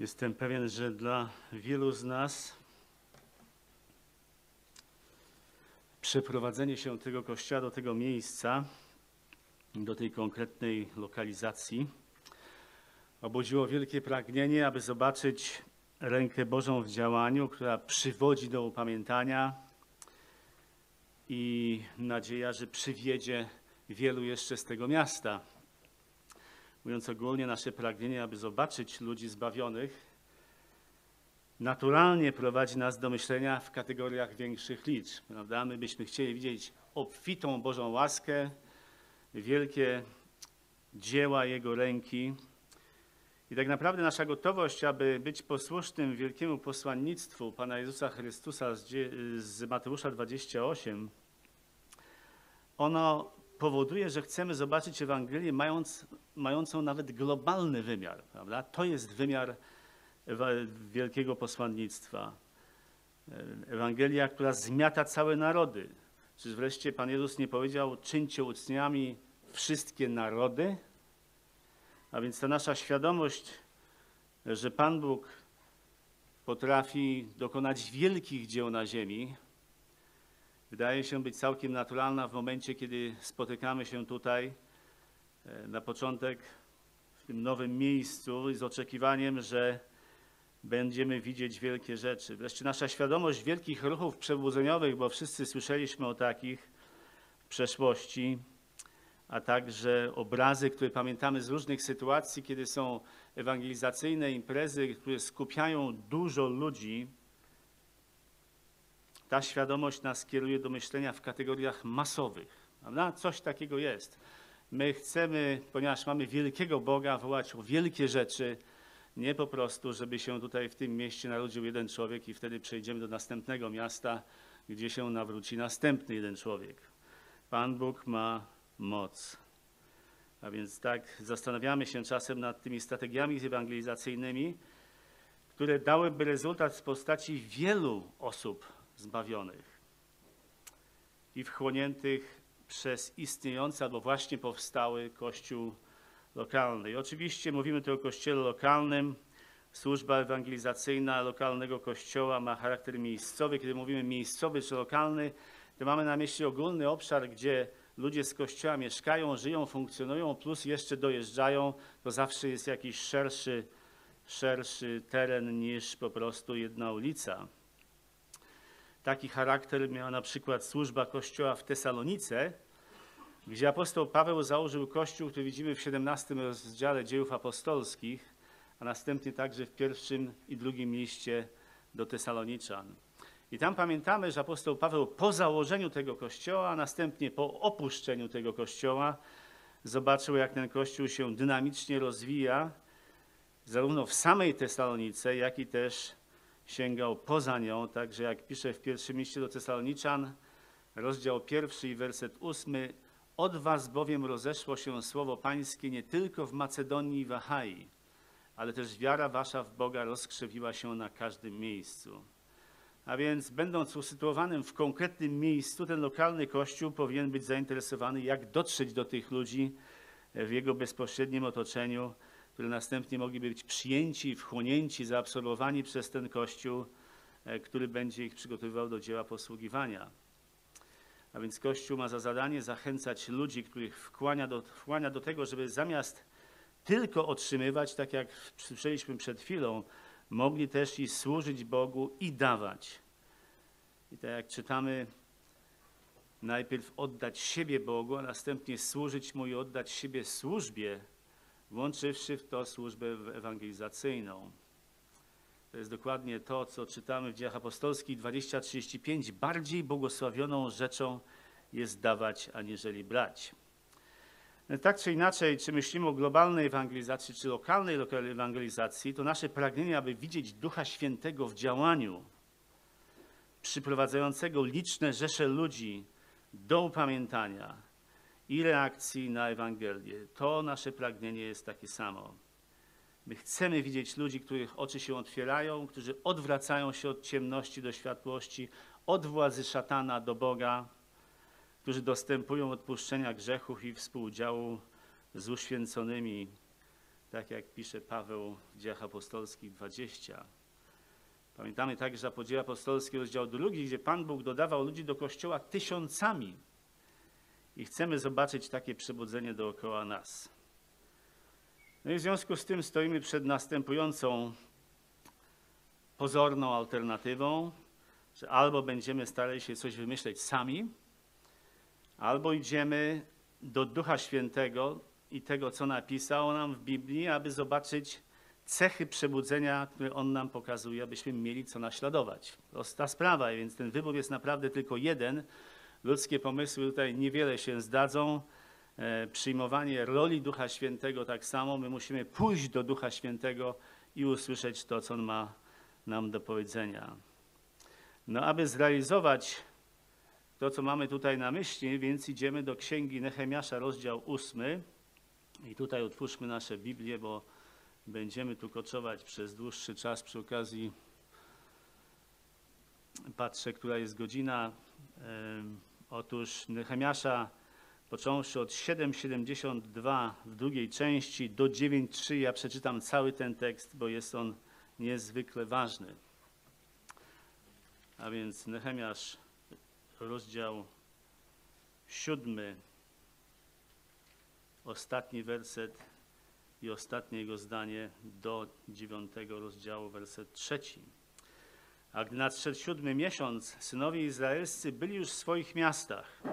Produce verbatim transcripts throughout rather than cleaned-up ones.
Jestem pewien, że dla wielu z nas przeprowadzenie się tego kościoła do tego miejsca, do tej konkretnej lokalizacji, obudziło wielkie pragnienie, aby zobaczyć rękę Bożą w działaniu, która przywodzi do upamiętania i nadzieja, że przywiedzie wielu jeszcze z tego miasta. Mówiąc ogólnie, nasze pragnienie, aby zobaczyć ludzi zbawionych, naturalnie prowadzi nas do myślenia w kategoriach większych liczb. Prawda? My byśmy chcieli widzieć obfitą Bożą łaskę, wielkie dzieła Jego ręki. I tak naprawdę nasza gotowość, aby być posłusznym wielkiemu posłannictwu Pana Jezusa Chrystusa z, z Mateusza dwudziestego ósmego, ono powoduje, że chcemy zobaczyć Ewangelię mając, mającą nawet globalny wymiar. Prawda? To jest wymiar wielkiego posłannictwa. Ewangelia, która zmiata całe narody. Czyż wreszcie Pan Jezus nie powiedział: czyńcie uczniami wszystkie narody? A więc ta nasza świadomość, że Pan Bóg potrafi dokonać wielkich dzieł na ziemi, wydaje się być całkiem naturalna w momencie, kiedy spotykamy się tutaj na początek w tym nowym miejscu z oczekiwaniem, że będziemy widzieć wielkie rzeczy. Wreszcie nasza świadomość wielkich ruchów przebudzeniowych, bo wszyscy słyszeliśmy o takich w przeszłości, a także obrazy, które pamiętamy z różnych sytuacji, kiedy są ewangelizacyjne imprezy, które skupiają dużo ludzi. Ta świadomość nas kieruje do myślenia w kategoriach masowych. Prawda? Coś takiego jest. My chcemy, ponieważ mamy wielkiego Boga, wołać o wielkie rzeczy, nie po prostu, żeby się tutaj w tym mieście narodził jeden człowiek i wtedy przejdziemy do następnego miasta, gdzie się nawróci następny jeden człowiek. Pan Bóg ma moc. A więc tak zastanawiamy się czasem nad tymi strategiami ewangelizacyjnymi, które dałyby rezultat w postaci wielu osób zbawionych i wchłoniętych przez istniejący albo właśnie powstały Kościół lokalny. I oczywiście mówimy tu o kościele lokalnym. Służba ewangelizacyjna lokalnego kościoła ma charakter miejscowy. Kiedy mówimy miejscowy czy lokalny, to mamy na myśli ogólny obszar, gdzie ludzie z kościoła mieszkają, żyją, funkcjonują, plus jeszcze dojeżdżają. To zawsze jest jakiś szerszy, szerszy teren niż po prostu jedna ulica. Taki charakter miała na przykład służba kościoła w Tesalonice, gdzie apostoł Paweł założył kościół, który widzimy w siedemnastym rozdziale Dziejów Apostolskich, a następnie także w pierwszym i drugim liście do Tesaloniczan. I tam pamiętamy, że apostoł Paweł po założeniu tego kościoła, a następnie po opuszczeniu tego kościoła, zobaczył, jak ten kościół się dynamicznie rozwija, zarówno w samej Tesalonice, jak i też sięgał poza nią. Także jak pisze w pierwszym liście do Tesaloniczan, rozdział pierwszy i werset ósmy: od was bowiem rozeszło się słowo pańskie nie tylko w Macedonii i w Achai, ale też wiara wasza w Boga rozkrzewiła się na każdym miejscu. A więc będąc usytuowanym w konkretnym miejscu, ten lokalny kościół powinien być zainteresowany, jak dotrzeć do tych ludzi w jego bezpośrednim otoczeniu, które następnie mogliby być przyjęci, wchłonięci, zaabsorbowani przez ten kościół, który będzie ich przygotowywał do dzieła posługiwania. A więc Kościół ma za zadanie zachęcać ludzi, których wchłania do, wchłania do tego, żeby zamiast tylko otrzymywać, tak jak słyszeliśmy przed chwilą, mogli też i służyć Bogu i dawać. I tak jak czytamy, najpierw oddać siebie Bogu, a następnie służyć Mu i oddać siebie służbie, włączywszy w to służbę ewangelizacyjną. To jest dokładnie to, co czytamy w Dziejach Apostolskich dwadzieścia trzydzieści pięć. Bardziej błogosławioną rzeczą jest dawać, aniżeli brać. Tak czy inaczej, czy myślimy o globalnej ewangelizacji, czy lokalnej ewangelizacji, to nasze pragnienie, aby widzieć Ducha Świętego w działaniu, przyprowadzającego liczne rzesze ludzi do upamiętania i reakcji na Ewangelię, to nasze pragnienie jest takie samo. My chcemy widzieć ludzi, których oczy się otwierają, którzy odwracają się od ciemności do światłości, od władzy szatana do Boga, którzy dostępują odpuszczenia grzechów i współudziału z uświęconymi tak jak pisze Paweł w Dziejach Apostolskich dwudziestym. Pamiętamy także po Dzieje Apostolskie, rozdział drugi, gdzie Pan Bóg dodawał ludzi do Kościoła tysiącami. I chcemy zobaczyć takie przebudzenie dookoła nas. No i w związku z tym stoimy przed następującą pozorną alternatywą, że albo będziemy starali się coś wymyśleć sami, albo idziemy do Ducha Świętego i tego, co napisał nam w Biblii, aby zobaczyć cechy przebudzenia, które On nam pokazuje, abyśmy mieli co naśladować. Prosta sprawa, więc ten wybór jest naprawdę tylko jeden. Ludzkie pomysły tutaj niewiele się zdadzą. E, przyjmowanie roli Ducha Świętego tak samo. My musimy pójść do Ducha Świętego i usłyszeć to, co On ma nam do powiedzenia. No, aby zrealizować to, co mamy tutaj na myśli, więc idziemy do Księgi Nehemiasza, rozdział ósmy. I tutaj otwórzmy nasze Biblię, bo będziemy tu koczować przez dłuższy czas. Przy okazji patrzę, która jest godzina. Otóż Nehemiasza, począwszy od siedem siedemdziesiąt dwa w drugiej części do dziewięć trzy, ja przeczytam cały ten tekst, bo jest on niezwykle ważny. A więc Nehemiasz, rozdział siódmy, ostatni werset i ostatnie jego zdanie do dziewiątego rozdziału, werset trzeci. A gdy nadszedł siódmy miesiąc, synowie izraelscy byli już w swoich miastach.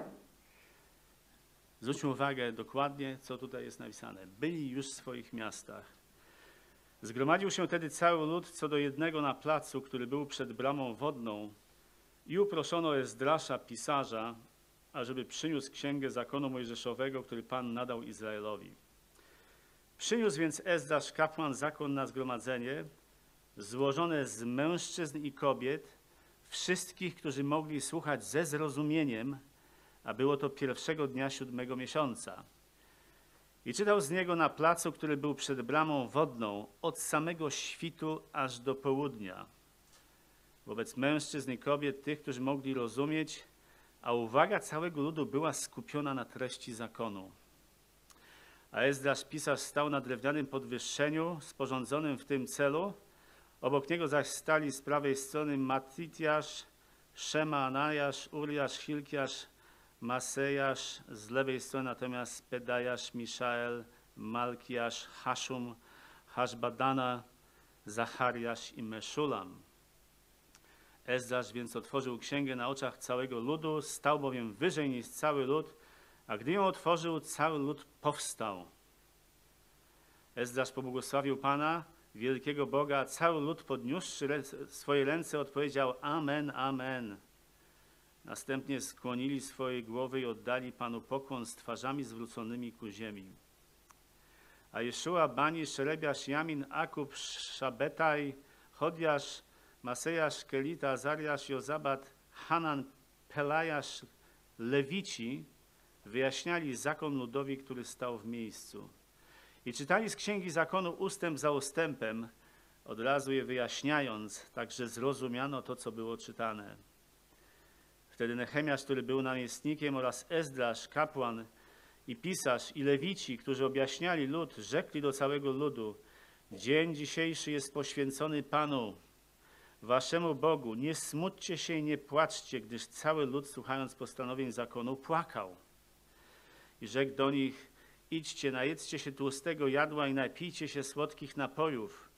Zwróćmy uwagę dokładnie, co tutaj jest napisane. Byli już w swoich miastach. Zgromadził się wtedy cały lud co do jednego na placu, który był przed bramą wodną, i uproszono Ezdrasza, pisarza, ażeby przyniósł księgę zakonu mojżeszowego, który Pan nadał Izraelowi. Przyniósł więc Ezdrasz, kapłan, zakon na zgromadzenie, złożone z mężczyzn i kobiet, wszystkich, którzy mogli słuchać ze zrozumieniem, a było to pierwszego dnia siódmego miesiąca. I czytał z niego na placu, który był przed bramą wodną, od samego świtu aż do południa. Wobec mężczyzn i kobiet, tych, którzy mogli rozumieć, a uwaga całego ludu była skupiona na treści zakonu. A Ezdrasz, pisarz, stał na drewnianym podwyższeniu sporządzonym w tym celu. Obok niego zaś stali z prawej strony Matitjasz, Szema, Anajasz, Uriasz, Hilkiasz, Masejasz, z lewej strony natomiast Pedajasz, Miszael, Malkijasz, Haszum, Haszbadana, Zachariasz i Meszulam. Ezdrasz więc otworzył księgę na oczach całego ludu, stał bowiem wyżej niż cały lud, a gdy ją otworzył, cały lud powstał. Ezdrasz pobłogosławił Pana, wielkiego Boga, a cały lud, podniósłszy swoje ręce, odpowiedział Amen, Amen. Następnie skłonili swoje głowy i oddali Panu pokłon z twarzami zwróconymi ku ziemi. A Jeszua, Bani, Szerebiasz, Jamin, Akub, Szabetaj, Chodiasz, Masejasz, Kelita, Azariasz, Jozabat, Hanan, Pelajasz, Lewici wyjaśniali zakon ludowi, który stał w miejscu. I czytali z księgi zakonu ustęp za ustępem, od razu je wyjaśniając, tak że zrozumiano to, co było czytane. Wtedy Nehemiasz, który był namiestnikiem, oraz Ezdrasz, kapłan i pisarz i lewici, którzy objaśniali lud, rzekli do całego ludu: dzień dzisiejszy jest poświęcony Panu, waszemu Bogu. Nie smućcie się i nie płaczcie, gdyż cały lud, słuchając postanowień zakonu, płakał. I rzekł do nich: idźcie, najedzcie się tłustego jadła i napijcie się słodkich napojów.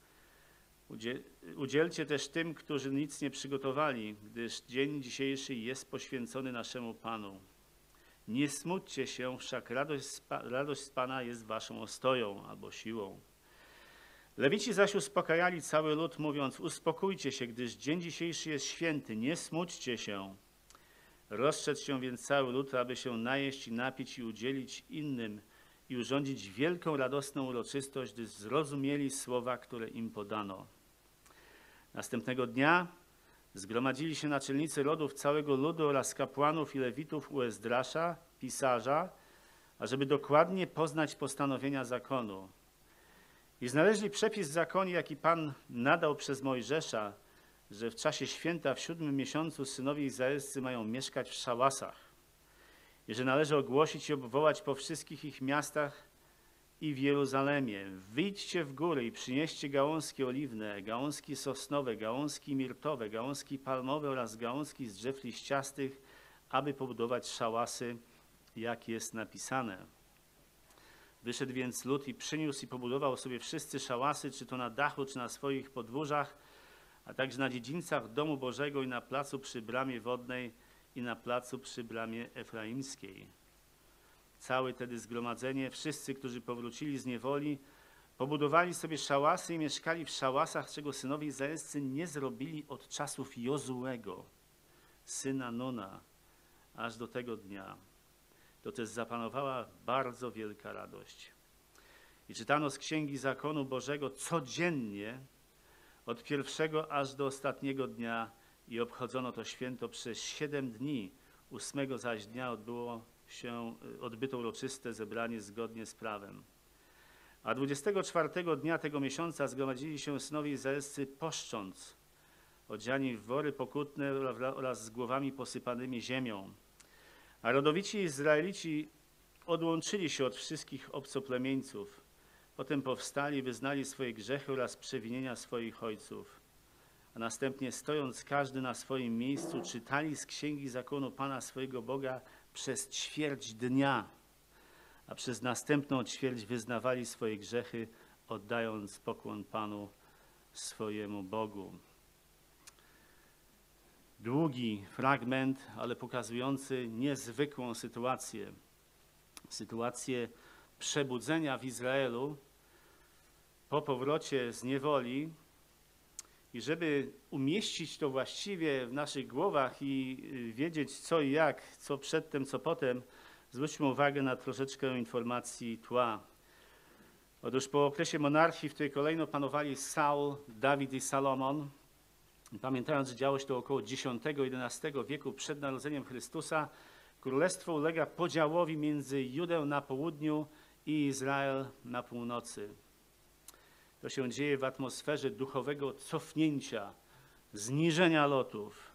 Udzielcie też tym, którzy nic nie przygotowali, gdyż dzień dzisiejszy jest poświęcony naszemu Panu. Nie smućcie się, wszak radość z, radość z Pana jest waszą ostoją albo siłą. Lewici zaś uspokajali cały lud, mówiąc: uspokójcie się, gdyż dzień dzisiejszy jest święty, nie smućcie się. Rozszedł się więc cały lud, aby się najeść i napić i udzielić innym i urządzić wielką, radosną uroczystość, gdyż zrozumieli słowa, które im podano. Następnego dnia zgromadzili się naczelnicy rodów całego ludu oraz kapłanów i lewitów u Ezdrasza, pisarza, ażeby dokładnie poznać postanowienia zakonu. I znaleźli przepis w zakonie, jaki Pan nadał przez Mojżesza, że w czasie święta w siódmym miesiącu synowie izraelscy mają mieszkać w szałasach i że należy ogłosić i obwołać po wszystkich ich miastach i w Jeruzalemie. Wyjdźcie w góry i przynieście gałązki oliwne, gałązki sosnowe, gałązki mirtowe, gałązki palmowe oraz gałązki z drzew liściastych, aby pobudować szałasy, jak jest napisane. Wyszedł więc lud i przyniósł i pobudował sobie wszyscy szałasy, czy to na dachu, czy na swoich podwórzach, a także na dziedzińcach domu Bożego i na placu przy bramie wodnej i na placu przy bramie efraimskiej. Całe tedy zgromadzenie, wszyscy, którzy powrócili z niewoli, pobudowali sobie szałasy i mieszkali w szałasach, czego synowie izraelscy nie zrobili od czasów Jozułego, syna Nuna, aż do tego dnia. To też zapanowała bardzo wielka radość. I czytano z Księgi Zakonu Bożego codziennie, od pierwszego aż do ostatniego dnia, i obchodzono to święto przez siedem dni. Ósmego zaś dnia odbyło się, odbyto uroczyste zebranie zgodnie z prawem. A dwudziestego czwartego dnia tego miesiąca zgromadzili się synowie izraelscy poszcząc, odziani w wory pokutne oraz z głowami posypanymi ziemią. A rodowici Izraelici odłączyli się od wszystkich obcoplemieńców. Potem powstali, wyznali swoje grzechy oraz przewinienia swoich ojców. A następnie, stojąc każdy na swoim miejscu, czytali z Księgi Zakonu Pana swojego Boga przez ćwierć dnia, a przez następną ćwierć wyznawali swoje grzechy, oddając pokłon Panu swojemu Bogu. Długi fragment, ale pokazujący niezwykłą sytuację. Sytuację przebudzenia w Izraelu po powrocie z niewoli. I żeby umieścić to właściwie w naszych głowach i wiedzieć co i jak, co przedtem, co potem, zwróćmy uwagę na troszeczkę informacji tła. Otóż po okresie monarchii, w której kolejno panowali Saul, Dawid i Salomon, pamiętając, że działo się to około dziesiątego jedenastego wieku przed narodzeniem Chrystusa, królestwo ulega podziałowi między Judę na południu i Izrael na północy. To się dzieje w atmosferze duchowego cofnięcia, zniżenia lotów,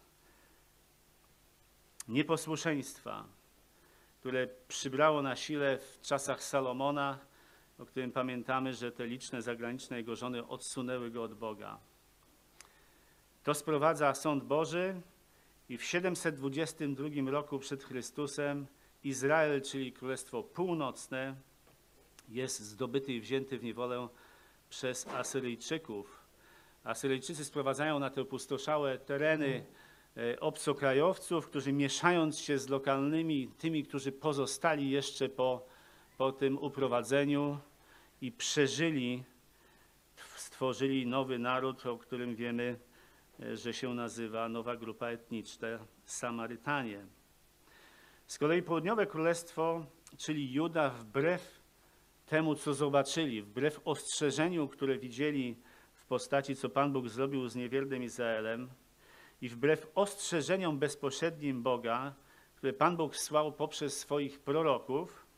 nieposłuszeństwa, które przybrało na sile w czasach Salomona, o którym pamiętamy, że te liczne zagraniczne jego żony odsunęły go od Boga. To sprowadza sąd Boży i w siedemset dwudziestym drugim roku przed Chrystusem Izrael, czyli Królestwo Północne, jest zdobyty i wzięty w niewolę przez Asyryjczyków. Asyryjczycy sprowadzają na te opustoszałe tereny obcokrajowców, którzy mieszając się z lokalnymi, tymi, którzy pozostali jeszcze po, po tym uprowadzeniu i przeżyli, stworzyli nowy naród, o którym wiemy, że się nazywa nowa grupa etniczna Samarytanie. Z kolei południowe królestwo, czyli Juda, wbrew temu, co zobaczyli, wbrew ostrzeżeniu, które widzieli w postaci, co Pan Bóg zrobił z niewiernym Izraelem, i wbrew ostrzeżeniom bezpośrednim Boga, które Pan Bóg słał poprzez swoich proroków,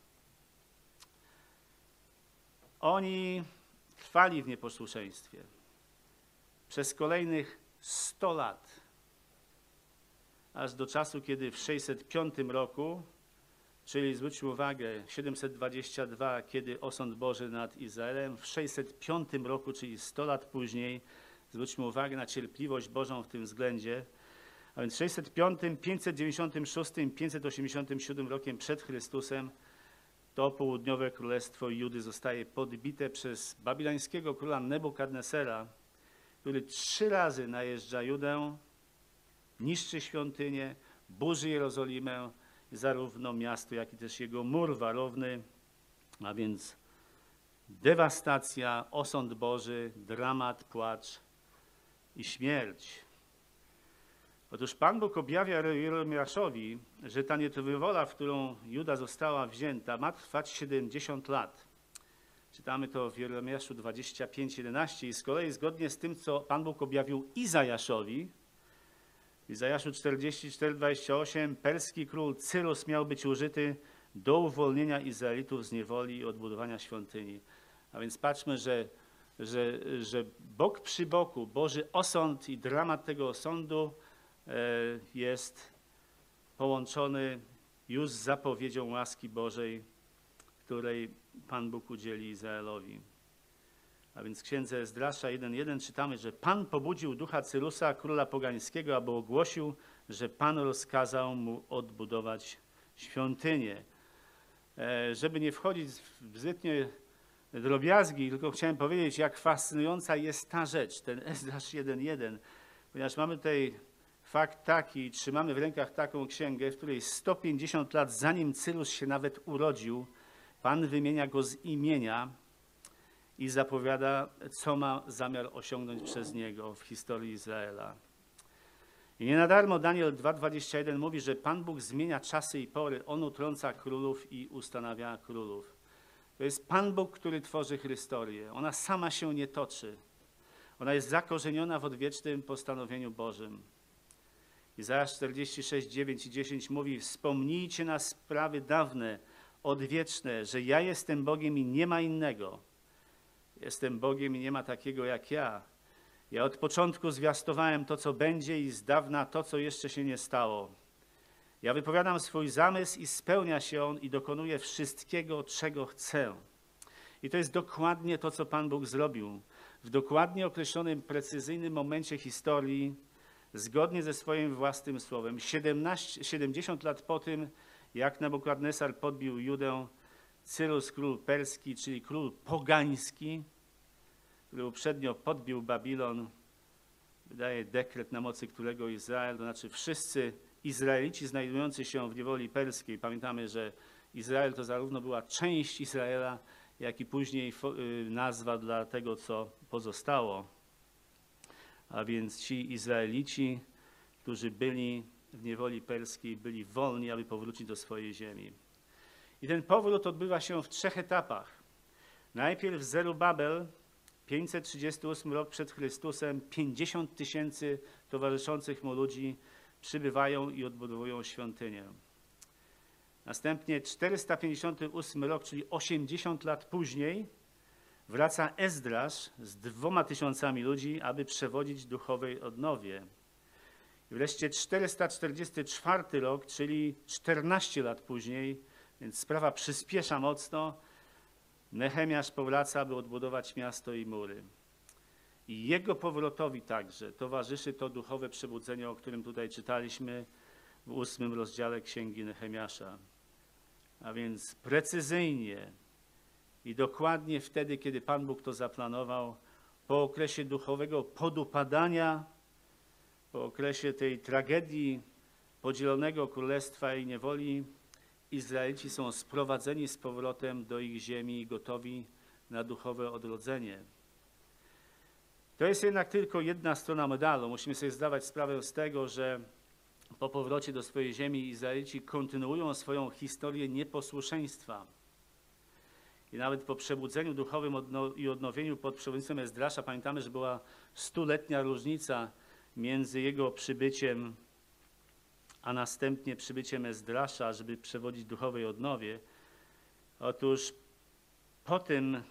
oni trwali w nieposłuszeństwie przez kolejnych sto lat, aż do czasu, kiedy w sześćset piątym roku, czyli zwróćmy uwagę, siedemset dwadzieścia dwa, kiedy osąd Boży nad Izraelem, w sześćset piątym roku, czyli sto lat później, zwróćmy uwagę na cierpliwość Bożą w tym względzie, a więc w sześćset piątym, pięćset dziewięćdziesiątym szóstym, pięćset osiemdziesiątym siódmym rokiem przed Chrystusem to południowe królestwo Judy zostaje podbite przez babilońskiego króla Nebukadnesera, który trzy razy najeżdża Judę, niszczy świątynię, burzy Jerozolimę, zarówno miasto, jak i też jego mur warowny, a więc dewastacja, osąd Boży, dramat, płacz i śmierć. Otóż Pan Bóg objawia Jeremiaszowi, że ta niewywola, w którą Juda została wzięta, ma trwać siedemdziesiąt lat. Czytamy to w Jeremiaszu dwadzieścia pięć, jedenaście i z kolei zgodnie z tym, co Pan Bóg objawił Izajaszowi, w Izajaszu czterdzieści cztery, dwadzieścia osiem, perski król Cyrus miał być użyty do uwolnienia Izraelitów z niewoli i odbudowania świątyni. A więc patrzmy, że, że, że bok przy boku, Boży osąd i dramat tego osądu e, jest połączony już z zapowiedzią łaski Bożej, której Pan Bóg udzieli Izraelowi. A więc w księdze Ezdrasza jeden jeden czytamy, że Pan pobudził ducha Cyrusa, króla pogańskiego, aby ogłosił, że Pan rozkazał mu odbudować świątynię. E, żeby nie wchodzić w zbytnie drobiazgi, tylko chciałem powiedzieć, jak fascynująca jest ta rzecz, ten Ezdrasz jeden jeden, ponieważ mamy tutaj fakt taki, trzymamy w rękach taką księgę, w której sto pięćdziesiąt lat zanim Cyrus się nawet urodził, Pan wymienia go z imienia i zapowiada, co ma zamiar osiągnąć przez niego w historii Izraela. I nie na darmo Daniel dwa dwadzieścia jeden mówi, że Pan Bóg zmienia czasy i pory, On utrąca królów i ustanawia królów. To jest Pan Bóg, który tworzy historię. Ona sama się nie toczy. Ona jest zakorzeniona w odwiecznym postanowieniu Bożym. Izajasz czterdzieści sześć, dziewięć i dziesięć mówi: wspomnijcie na sprawy dawne, odwieczne, że ja jestem Bogiem i nie ma innego. Jestem Bogiem i nie ma takiego jak ja. Ja od początku zwiastowałem to, co będzie i z dawna to, co jeszcze się nie stało. Ja wypowiadam swój zamysł i spełnia się on i dokonuje wszystkiego, czego chcę. I to jest dokładnie to, co Pan Bóg zrobił. W dokładnie określonym, precyzyjnym momencie historii, zgodnie ze swoim własnym słowem, siedemnaście, siedemdziesiąt lat po tym, jak Nabukadnesar podbił Judę, Cyrus, król perski, czyli król pogański, który uprzednio podbił Babilon, wydaje dekret, na mocy którego Izrael, to znaczy wszyscy Izraelici znajdujący się w niewoli perskiej, pamiętamy, że Izrael to zarówno była część Izraela, jak i później nazwa dla tego, co pozostało. A więc ci Izraelici, którzy byli w niewoli perskiej, byli wolni, aby powrócić do swojej ziemi. I ten powrót odbywa się w trzech etapach. Najpierw Zerubabel, pięćset trzydziesty ósmy rok przed Chrystusem, pięćdziesiąt tysięcy towarzyszących mu ludzi przybywają i odbudowują świątynię. Następnie czterysta pięćdziesiąty ósmy rok, czyli osiemdziesiąt lat później, wraca Ezdrasz z dwoma tysiącami ludzi, aby przewodzić duchowej odnowie. I wreszcie czterysta czterdziesty czwarty rok, czyli czternaście lat później, więc sprawa przyspiesza mocno, Nehemiasz powraca, aby odbudować miasto i mury. I jego powrotowi także towarzyszy to duchowe przebudzenie, o którym tutaj czytaliśmy w ósmym rozdziale Księgi Nehemiasza. A więc precyzyjnie i dokładnie wtedy, kiedy Pan Bóg to zaplanował, po okresie duchowego podupadania, po okresie tej tragedii podzielonego królestwa i niewoli, Izraelici są sprowadzeni z powrotem do ich ziemi i gotowi na duchowe odrodzenie. To jest jednak tylko jedna strona medalu. Musimy sobie zdawać sprawę z tego, że po powrocie do swojej ziemi Izraelici kontynuują swoją historię nieposłuszeństwa. I nawet po przebudzeniu duchowym i odnowieniu pod przewodnictwem Ezdrasza, pamiętamy, że była stuletnia różnica między jego przybyciem a następnie przybyciem Ezdrasza, żeby przewodzić duchowej odnowie. Otóż po tym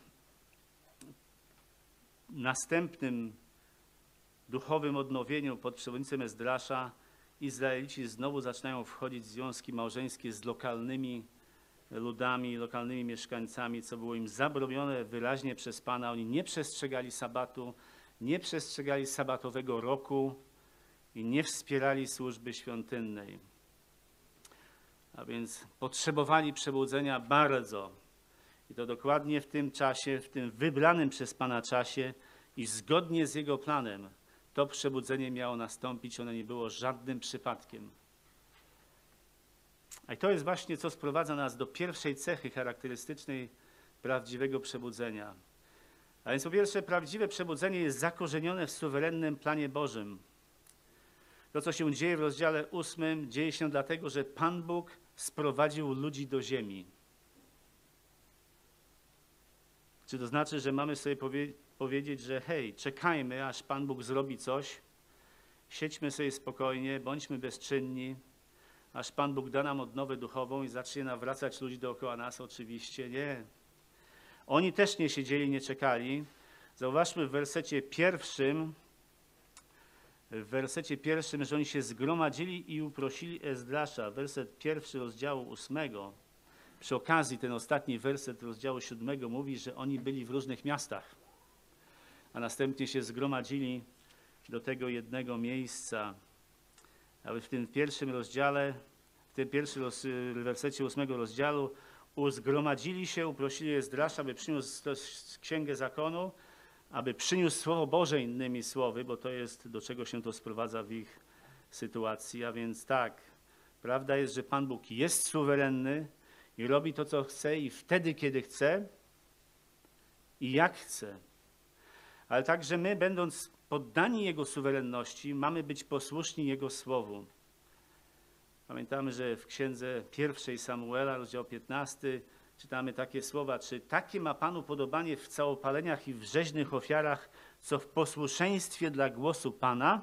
następnym duchowym odnowieniu pod przewodnictwem Ezdrasza Izraelici znowu zaczynają wchodzić w związki małżeńskie z lokalnymi ludami, lokalnymi mieszkańcami, co było im zabronione wyraźnie przez Pana. Oni nie przestrzegali sabatu, nie przestrzegali sabatowego roku i nie wspierali służby świątynnej. A więc potrzebowali przebudzenia bardzo. I to dokładnie w tym czasie, w tym wybranym przez Pana czasie i zgodnie z Jego planem to przebudzenie miało nastąpić. Ono nie było żadnym przypadkiem. A i to jest właśnie, co sprowadza nas do pierwszej cechy charakterystycznej prawdziwego przebudzenia. A więc po pierwsze, prawdziwe przebudzenie jest zakorzenione w suwerennym planie Bożym. To, co się dzieje w rozdziale ósmym, dzieje się dlatego, że Pan Bóg sprowadził ludzi do ziemi. Czy to znaczy, że mamy sobie powie powiedzieć, że hej, czekajmy, aż Pan Bóg zrobi coś, siedźmy sobie spokojnie, bądźmy bezczynni, aż Pan Bóg da nam odnowę duchową i zacznie nawracać ludzi dookoła nas? Oczywiście nie. Oni też nie siedzieli, nie czekali. Zauważmy w wersecie pierwszym, w wersecie pierwszym, że oni się zgromadzili i uprosili Ezdrasza, werset pierwszy rozdziału ósmego. Przy okazji ten ostatni werset rozdziału siódmego mówi, że oni byli w różnych miastach, a następnie się zgromadzili do tego jednego miejsca. Ale w tym pierwszym rozdziale, w tym pierwszym roz, wersecie ósmego rozdziału uzgromadzili się, uprosili Ezdrasza, aby przyniósł księgę zakonu, aby przyniósł Słowo Boże, innymi słowy, bo to jest, do czego się to sprowadza w ich sytuacji. A więc tak, prawda jest, że Pan Bóg jest suwerenny i robi to, co chce i wtedy, kiedy chce i jak chce. Ale także my, będąc poddani Jego suwerenności, mamy być posłuszni Jego Słowu. Pamiętamy, że w księdze pierwszej Samuela, rozdział piętnasty, czytamy takie słowa: czy takie ma Pan upodobanie w całopaleniach i w rzeźnych ofiarach, co w posłuszeństwie dla głosu Pana?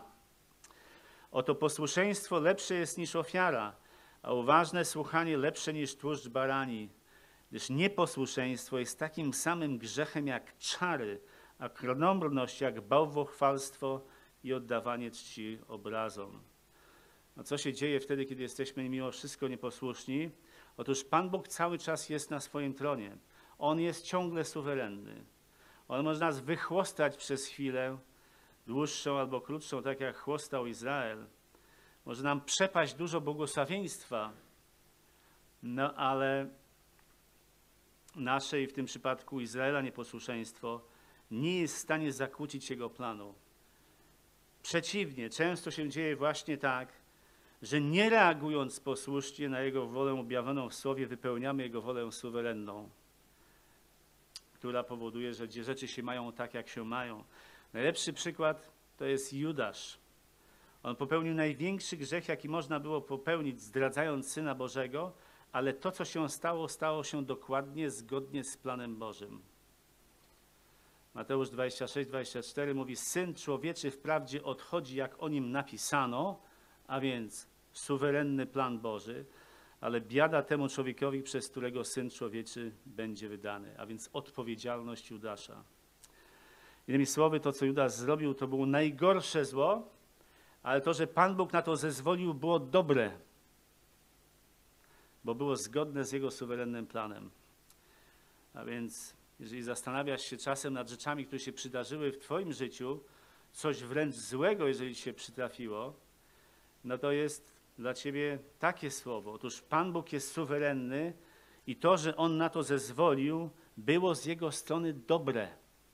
Oto posłuszeństwo lepsze jest niż ofiara, a uważne słuchanie lepsze niż tłuszcz barani. Gdyż nieposłuszeństwo jest takim samym grzechem jak czary, a krnąbrność jak bałwochwalstwo i oddawanie czci obrazom. No co się dzieje wtedy, kiedy jesteśmy mimo wszystko nieposłuszni? Otóż Pan Bóg cały czas jest na swoim tronie. On jest ciągle suwerenny. On może nas wychłostać przez chwilę, dłuższą albo krótszą, tak jak chłostał Izrael. Może nam przepaść dużo błogosławieństwa, no ale nasze i w tym przypadku Izraela nieposłuszeństwo nie jest w stanie zakłócić Jego planu. Przeciwnie, często się dzieje właśnie tak, że nie reagując posłusznie na Jego wolę objawioną w Słowie, wypełniamy Jego wolę suwerenną, która powoduje, że rzeczy się mają tak, jak się mają. Najlepszy przykład to jest Judasz. On popełnił największy grzech, jaki można było popełnić, zdradzając Syna Bożego, ale to, co się stało, stało się dokładnie zgodnie z planem Bożym. Mateusz dwadzieścia sześć, dwadzieścia cztery mówi: Syn Człowieczy wprawdzie odchodzi, jak o nim napisano, a więc suwerenny plan Boży, ale biada temu człowiekowi, przez którego Syn Człowieczy będzie wydany, a więc odpowiedzialność Judasza. Innymi słowy, to, co Judasz zrobił, to było najgorsze zło, ale to, że Pan Bóg na to zezwolił, było dobre, bo było zgodne z Jego suwerennym planem. A więc jeżeli zastanawiasz się czasem nad rzeczami, które się przydarzyły w Twoim życiu, coś wręcz złego, jeżeli się przytrafiło, no to jest dla Ciebie takie słowo. Otóż Pan Bóg jest suwerenny i to, że On na to zezwolił, było z Jego strony dobre.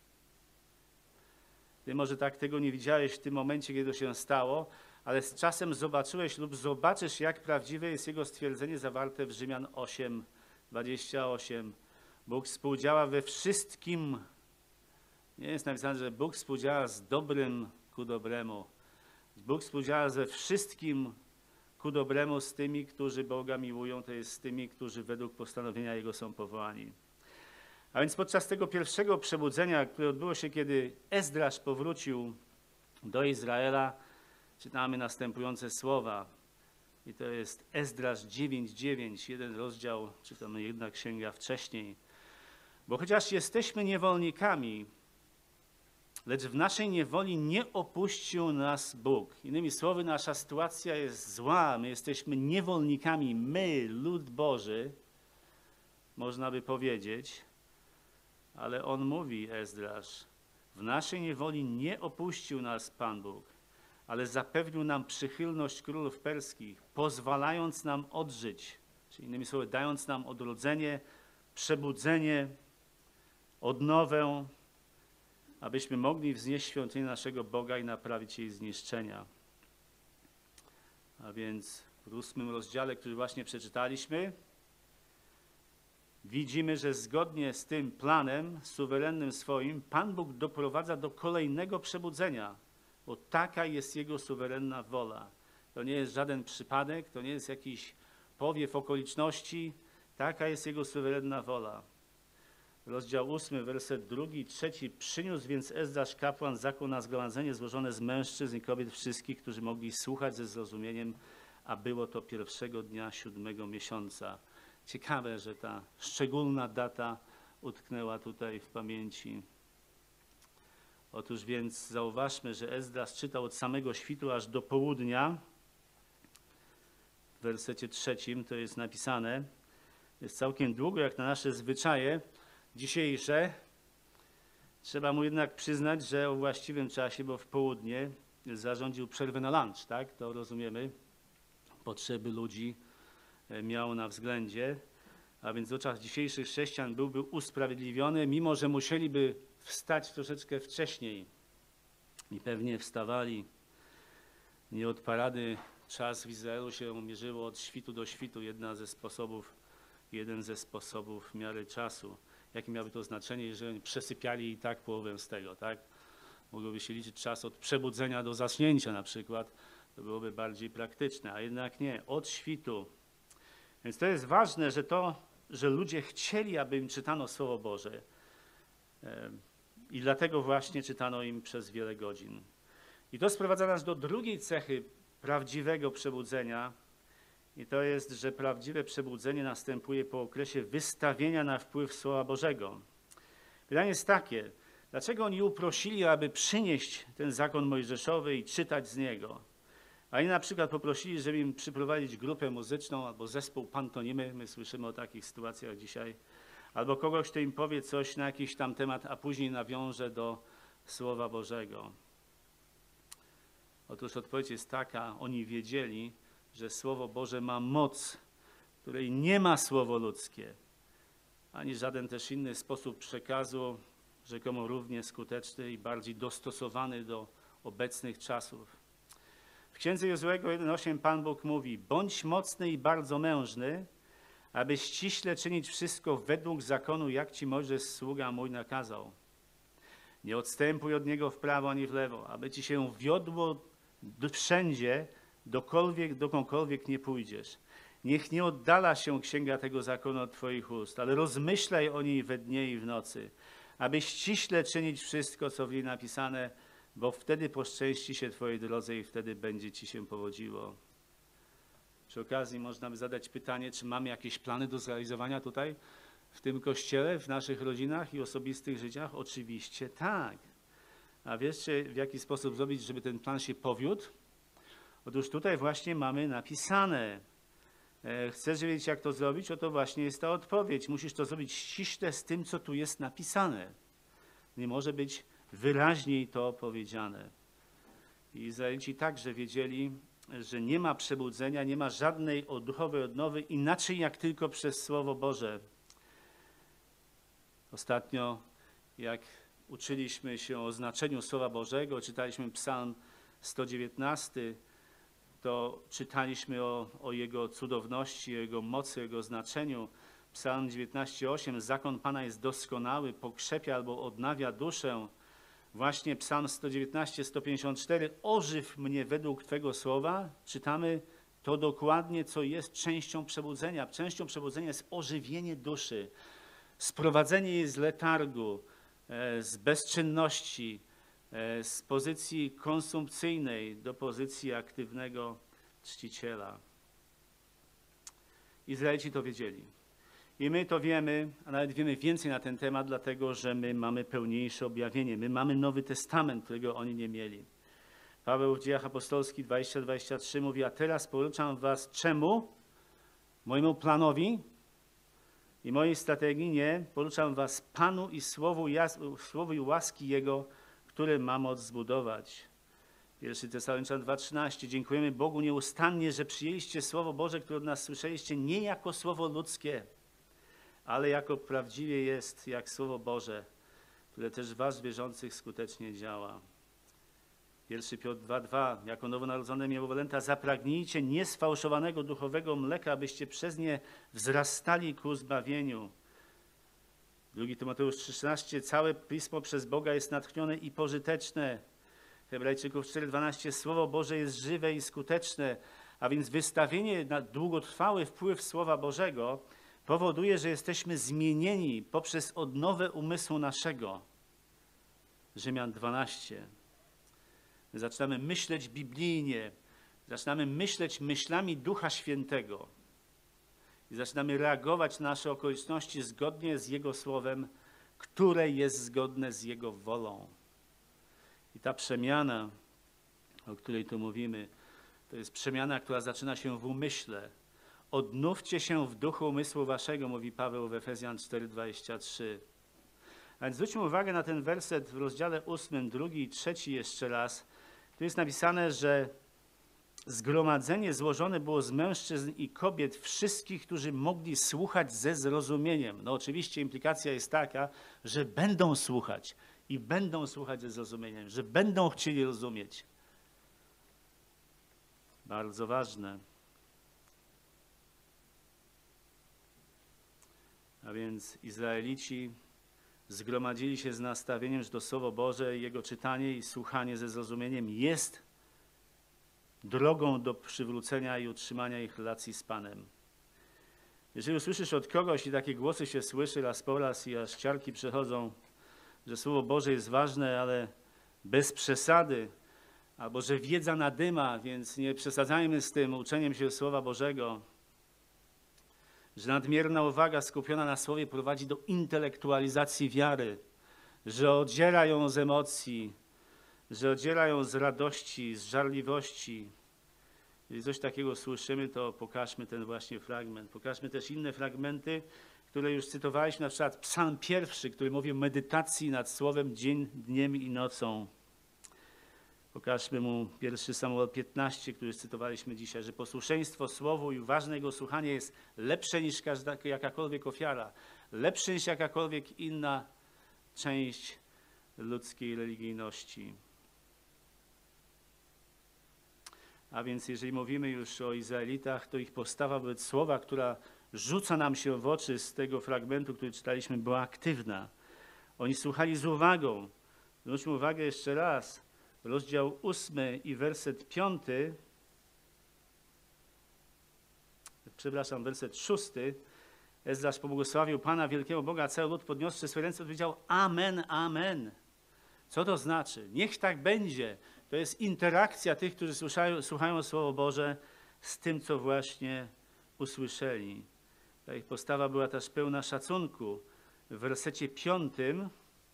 Ty może tak tego nie widziałeś w tym momencie, kiedy to się stało, ale z czasem zobaczyłeś lub zobaczysz, jak prawdziwe jest Jego stwierdzenie zawarte w Rzymian osiem, dwadzieścia osiem. Bóg współdziała we wszystkim. Nie jest napisane, że Bóg współdziała z dobrym ku dobremu. Bóg współdziała ze wszystkim ku dobremu z tymi, którzy Boga miłują, to jest z tymi, którzy według postanowienia Jego są powołani. A więc podczas tego pierwszego przebudzenia, które odbyło się, kiedy Ezdrasz powrócił do Izraela, czytamy następujące słowa. I to jest Ezdrasz dziewięć, dziewięć, jeden rozdział, czytamy jedna księga wcześniej. Bo chociaż jesteśmy niewolnikami, lecz w naszej niewoli nie opuścił nas Bóg. Innymi słowy, nasza sytuacja jest zła, my jesteśmy niewolnikami, my, lud Boży, można by powiedzieć, ale on mówi, Ezdrasz, w naszej niewoli nie opuścił nas Pan Bóg, ale zapewnił nam przychylność królów perskich, pozwalając nam odżyć, czyli innymi słowy, dając nam odrodzenie, przebudzenie, odnowę, abyśmy mogli wznieść świątynię naszego Boga i naprawić jej zniszczenia. A więc w ósmym rozdziale, który właśnie przeczytaliśmy, widzimy, że zgodnie z tym planem suwerennym swoim Pan Bóg doprowadza do kolejnego przebudzenia, bo taka jest Jego suwerenna wola. To nie jest żaden przypadek, to nie jest jakiś powiew okoliczności, taka jest Jego suwerenna wola. Rozdział ósmy, werset drugi, trzeci. Przyniósł więc Ezdrasz kapłan zakon na zgromadzenie złożone z mężczyzn i kobiet wszystkich, którzy mogli słuchać ze zrozumieniem, a było to pierwszego dnia siódmego miesiąca. Ciekawe, że ta szczególna data utknęła tutaj w pamięci. Otóż więc zauważmy, że Ezdrasz czytał od samego świtu aż do południa. W wersecie trzecim to jest napisane: Jest całkiem długo, jak na nasze zwyczaje dzisiejsze. Trzeba mu jednak przyznać, że o właściwym czasie, bo w południe zarządził przerwę na lunch, tak? To rozumiemy. Potrzeby ludzi miał na względzie, a więc w oczach dzisiejszych chrześcijan byłby usprawiedliwiony, mimo że musieliby wstać troszeczkę wcześniej i pewnie wstawali. Nie od parady czas w Izraelu się mierzyło od świtu do świtu, jedna ze sposobów, jeden ze sposobów miary czasu. Jakie miałoby to znaczenie, jeżeli oni przesypiali i tak połowę z tego, tak? Mogłoby się liczyć czas od przebudzenia do zaśnięcia na przykład, to byłoby bardziej praktyczne, a jednak nie, od świtu. Więc to jest ważne, że to, że ludzie chcieli, aby im czytano Słowo Boże i dlatego właśnie czytano im przez wiele godzin. I to sprowadza nas do drugiej cechy prawdziwego przebudzenia i to jest, że prawdziwe przebudzenie następuje po okresie wystawienia na wpływ Słowa Bożego. Pytanie jest takie, dlaczego oni uprosili, aby przynieść ten zakon mojżeszowy i czytać z niego? A oni na przykład poprosili, żeby im przyprowadzić grupę muzyczną albo zespół pantonimy, my słyszymy o takich sytuacjach dzisiaj, albo kogoś, kto im powie coś na jakiś tam temat, a później nawiąże do Słowa Bożego. Otóż odpowiedź jest taka, oni wiedzieli, że Słowo Boże ma moc, której nie ma słowo ludzkie, ani żaden też inny sposób przekazu, rzekomo równie skuteczny i bardziej dostosowany do obecnych czasów. W Księdze Jozuego jeden osiem Pan Bóg mówi: bądź mocny i bardzo mężny, aby ściśle czynić wszystko według zakonu, jak ci Mojżesz, sługa mój, nakazał. Nie odstępuj od niego w prawo ani w lewo, aby ci się wiodło wszędzie, dokolwiek, dokądkolwiek nie pójdziesz. Niech nie oddala się księga tego zakonu od twoich ust, ale rozmyślaj o niej we dnie i w nocy, aby ściśle czynić wszystko, co w niej napisane, bo wtedy poszczęści się twojej drodze i wtedy będzie ci się powodziło. Przy okazji można by zadać pytanie, czy mamy jakieś plany do zrealizowania tutaj, w tym kościele, w naszych rodzinach i osobistych życiach? Oczywiście tak. A wiecie, w jaki sposób zrobić, żeby ten plan się powiódł? Otóż tutaj właśnie mamy napisane. Chcesz wiedzieć, jak to zrobić? Oto właśnie jest ta odpowiedź. Musisz to zrobić ściśle z tym, co tu jest napisane. Nie może być wyraźniej to powiedziane. I Izraelici także wiedzieli, że nie ma przebudzenia, nie ma żadnej duchowej odnowy inaczej jak tylko przez Słowo Boże. Ostatnio, jak uczyliśmy się o znaczeniu Słowa Bożego, czytaliśmy Psalm sto dziewiętnasty, to czytaliśmy o, o Jego cudowności, o Jego mocy, o Jego znaczeniu. Psalm dziewiętnaście osiem, zakon Pana jest doskonały, pokrzepia albo odnawia duszę. Właśnie Psalm sto dziewiętnaście sto pięćdziesiąt cztery, ożyw mnie według Twego słowa. Czytamy to dokładnie, co jest częścią przebudzenia. Częścią przebudzenia jest ożywienie duszy, sprowadzenie jej z letargu, z bezczynności, z pozycji konsumpcyjnej do pozycji aktywnego czciciela. Izraelici to wiedzieli. I my to wiemy, a nawet wiemy więcej na ten temat, dlatego że my mamy pełniejsze objawienie. My mamy Nowy Testament, którego oni nie mieli. Paweł w Dziejach Apostolskich dwadzieścia dwadzieścia trzy mówi: a teraz poruczam was czemu? Mojemu planowi i mojej strategii? Nie. Poruczam was Panu i słowu, słowu i łaski Jego, które ma moc zbudować. Pierwszy Tesaloniczan dwa trzynaście. Dziękujemy Bogu nieustannie, że przyjęliście Słowo Boże, które od nas słyszeliście, nie jako słowo ludzkie, ale jako prawdziwie jest, jak Słowo Boże, które też w was wierzących skutecznie działa. Pierwszy Piotr dwa dwa. Jako nowonarodzone niemowlęta zapragnijcie niesfałszowanego duchowego mleka, abyście przez nie wzrastali ku zbawieniu. Drugi Tymoteusz trzy trzynaście. Całe Pismo przez Boga jest natchnione i pożyteczne. Hebrajczyków cztery dwanaście. Słowo Boże jest żywe i skuteczne, a więc wystawienie na długotrwały wpływ Słowa Bożego powoduje, że jesteśmy zmienieni poprzez odnowę umysłu naszego. Rzymian dwanaście. Zaczynamy myśleć biblijnie, zaczynamy myśleć myślami Ducha Świętego i zaczynamy reagować na nasze okoliczności zgodnie z Jego Słowem, które jest zgodne z Jego wolą. I ta przemiana, o której tu mówimy, to jest przemiana, która zaczyna się w umyśle. Odnówcie się w duchu umysłu waszego, mówi Paweł w Efezjan cztery, dwadzieścia trzy. A więc zwróćmy uwagę na ten werset w rozdziale ósmym, drugi i trzeci jeszcze raz. Tu jest napisane, że zgromadzenie złożone było z mężczyzn i kobiet, wszystkich, którzy mogli słuchać ze zrozumieniem. No oczywiście implikacja jest taka, że będą słuchać i będą słuchać ze zrozumieniem, że będą chcieli rozumieć. Bardzo ważne. A więc Izraelici zgromadzili się z nastawieniem, że to Słowo Boże, jego czytanie i słuchanie ze zrozumieniem jest drogą do przywrócenia i utrzymania ich relacji z Panem. Jeżeli usłyszysz od kogoś i takie głosy się słyszy raz po raz i aż ciarki przechodzą, że Słowo Boże jest ważne, ale bez przesady, albo że wiedza nadyma, więc nie przesadzajmy z tym uczeniem się Słowa Bożego, że nadmierna uwaga skupiona na Słowie prowadzi do intelektualizacji wiary, że oddziela ją z emocji, że oddziela ją z radości, z żarliwości. Jeżeli coś takiego słyszymy, to pokażmy ten właśnie fragment. Pokażmy też inne fragmenty, które już cytowaliśmy, na przykład Psalm pierwszy, który mówi o medytacji nad Słowem dzień, dniem i nocą. Pokażmy mu pierwszy Samuel piętnaście, który cytowaliśmy dzisiaj, że posłuszeństwo Słowu i uważne jego słuchanie jest lepsze niż każda, jakakolwiek ofiara, lepsze niż jakakolwiek inna część ludzkiej religijności. A więc jeżeli mówimy już o Izraelitach, to ich postawa wobec Słowa, która rzuca nam się w oczy z tego fragmentu, który czytaliśmy, była aktywna. Oni słuchali z uwagą. Zwróćmy uwagę jeszcze raz. Rozdział ósmy i werset piąty, przepraszam, werset szósty. Ezdrasz pobłogosławił Pana, wielkiego Boga, a cały lud podniosłszy swoje ręce odpowiedział amen, amen. Co to znaczy? Niech tak będzie. To jest interakcja tych, którzy słuchają, słuchają Słowo Boże z tym, co właśnie usłyszeli. Ta ich postawa była też pełna szacunku. W wersecie piątym,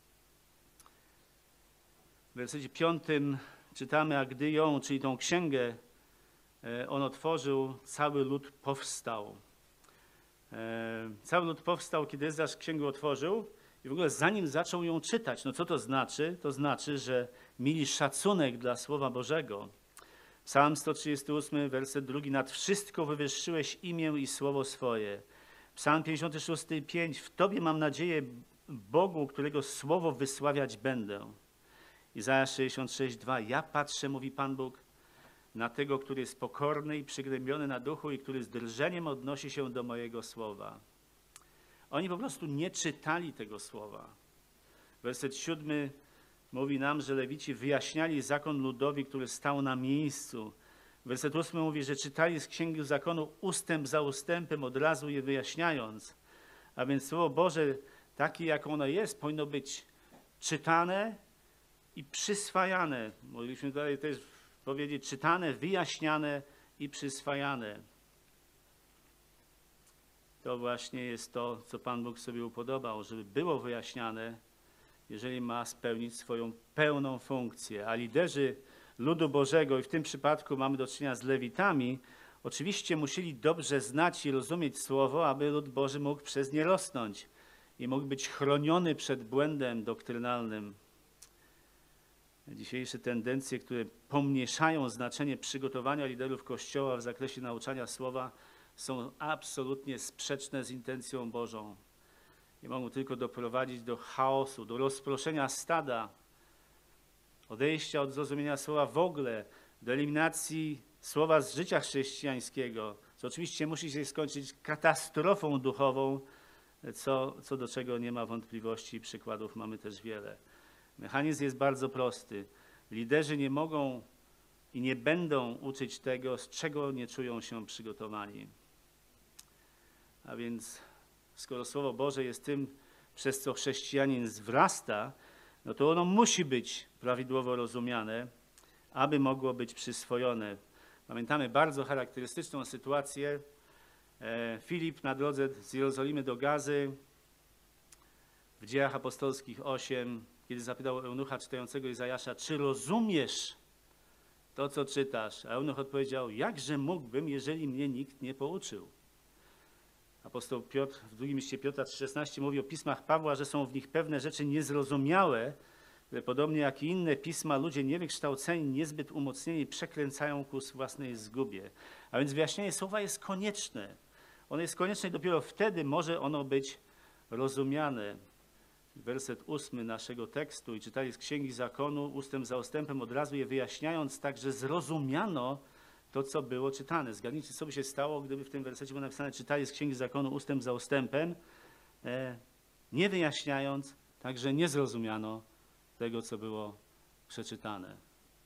w wersecie piątym czytamy, a gdy ją, czyli tą księgę, on otworzył, cały lud powstał. Cały lud powstał, kiedy Ezdrasz księgę otworzył i w ogóle zanim zaczął ją czytać. No co to znaczy? To znaczy, że mieli szacunek dla Słowa Bożego. Psalm sto trzydziesty ósmy, werset drugi. Nad wszystko wywyższyłeś imię i słowo swoje. Psalm pięćdziesiąty szósty, pięć. W Tobie mam nadzieję, Bogu, którego słowo wysławiać będę. Izajasz sześćdziesiąt sześć, dwa. Ja patrzę, mówi Pan Bóg, na tego, który jest pokorny i przygnębiony na duchu i który z drżeniem odnosi się do mojego słowa. Oni po prostu nie czytali tego słowa. Werset siódmy mówi nam, że Lewici wyjaśniali zakon ludowi, który stał na miejscu. Werset ósmy mówi, że czytali z Księgi Zakonu ustęp za ustępem, od razu je wyjaśniając. A więc Słowo Boże, takie jak ono jest, powinno być czytane i przyswajane. Mogliśmy tutaj też powiedzieć czytane, wyjaśniane i przyswajane. To właśnie jest to, co Pan Bóg sobie upodobał, żeby było wyjaśniane, jeżeli ma spełnić swoją pełną funkcję. A liderzy ludu Bożego, i w tym przypadku mamy do czynienia z Lewitami, oczywiście musieli dobrze znać i rozumieć Słowo, aby lud Boży mógł przez nie rosnąć i mógł być chroniony przed błędem doktrynalnym. Dzisiejsze tendencje, które pomniejszają znaczenie przygotowania liderów Kościoła w zakresie nauczania Słowa, są absolutnie sprzeczne z intencją Bożą i mogą tylko doprowadzić do chaosu, do rozproszenia stada, odejścia od zrozumienia Słowa w ogóle, do eliminacji Słowa z życia chrześcijańskiego, co oczywiście musi się skończyć katastrofą duchową, co, co do czego nie ma wątpliwości, przykładów mamy też wiele. Mechanizm jest bardzo prosty. Liderzy nie mogą i nie będą uczyć tego, z czego nie czują się przygotowani. A więc skoro Słowo Boże jest tym, przez co chrześcijanin wzrasta, no to ono musi być prawidłowo rozumiane, aby mogło być przyswojone. Pamiętamy bardzo charakterystyczną sytuację. Filip na drodze z Jerozolimy do Gazy w Dziejach Apostolskich osiem, kiedy zapytał eunucha czytającego Izajasza, czy rozumiesz to, co czytasz? A eunuch odpowiedział, jakże mógłbym, jeżeli mnie nikt nie pouczył? Apostoł Piotr w drugim liście Piotra trzy szesnaście mówi o pismach Pawła, że są w nich pewne rzeczy niezrozumiałe, które podobnie jak i inne pisma ludzie niewykształceni, niezbyt umocnieni przekręcają ku własnej zgubie. A więc wyjaśnienie słowa jest konieczne. Ono jest konieczne i dopiero wtedy może ono być rozumiane. Werset ósmy naszego tekstu i czytali z Księgi Zakonu, ustęp za ustępem, od razu je wyjaśniając, tak że zrozumiano to, co było czytane. Zgadnijcie, co by się stało, gdyby w tym wersecie było napisane, czytali z Księgi Zakonu ustęp za ustępem, e, nie wyjaśniając, tak że nie zrozumiano tego, co było przeczytane.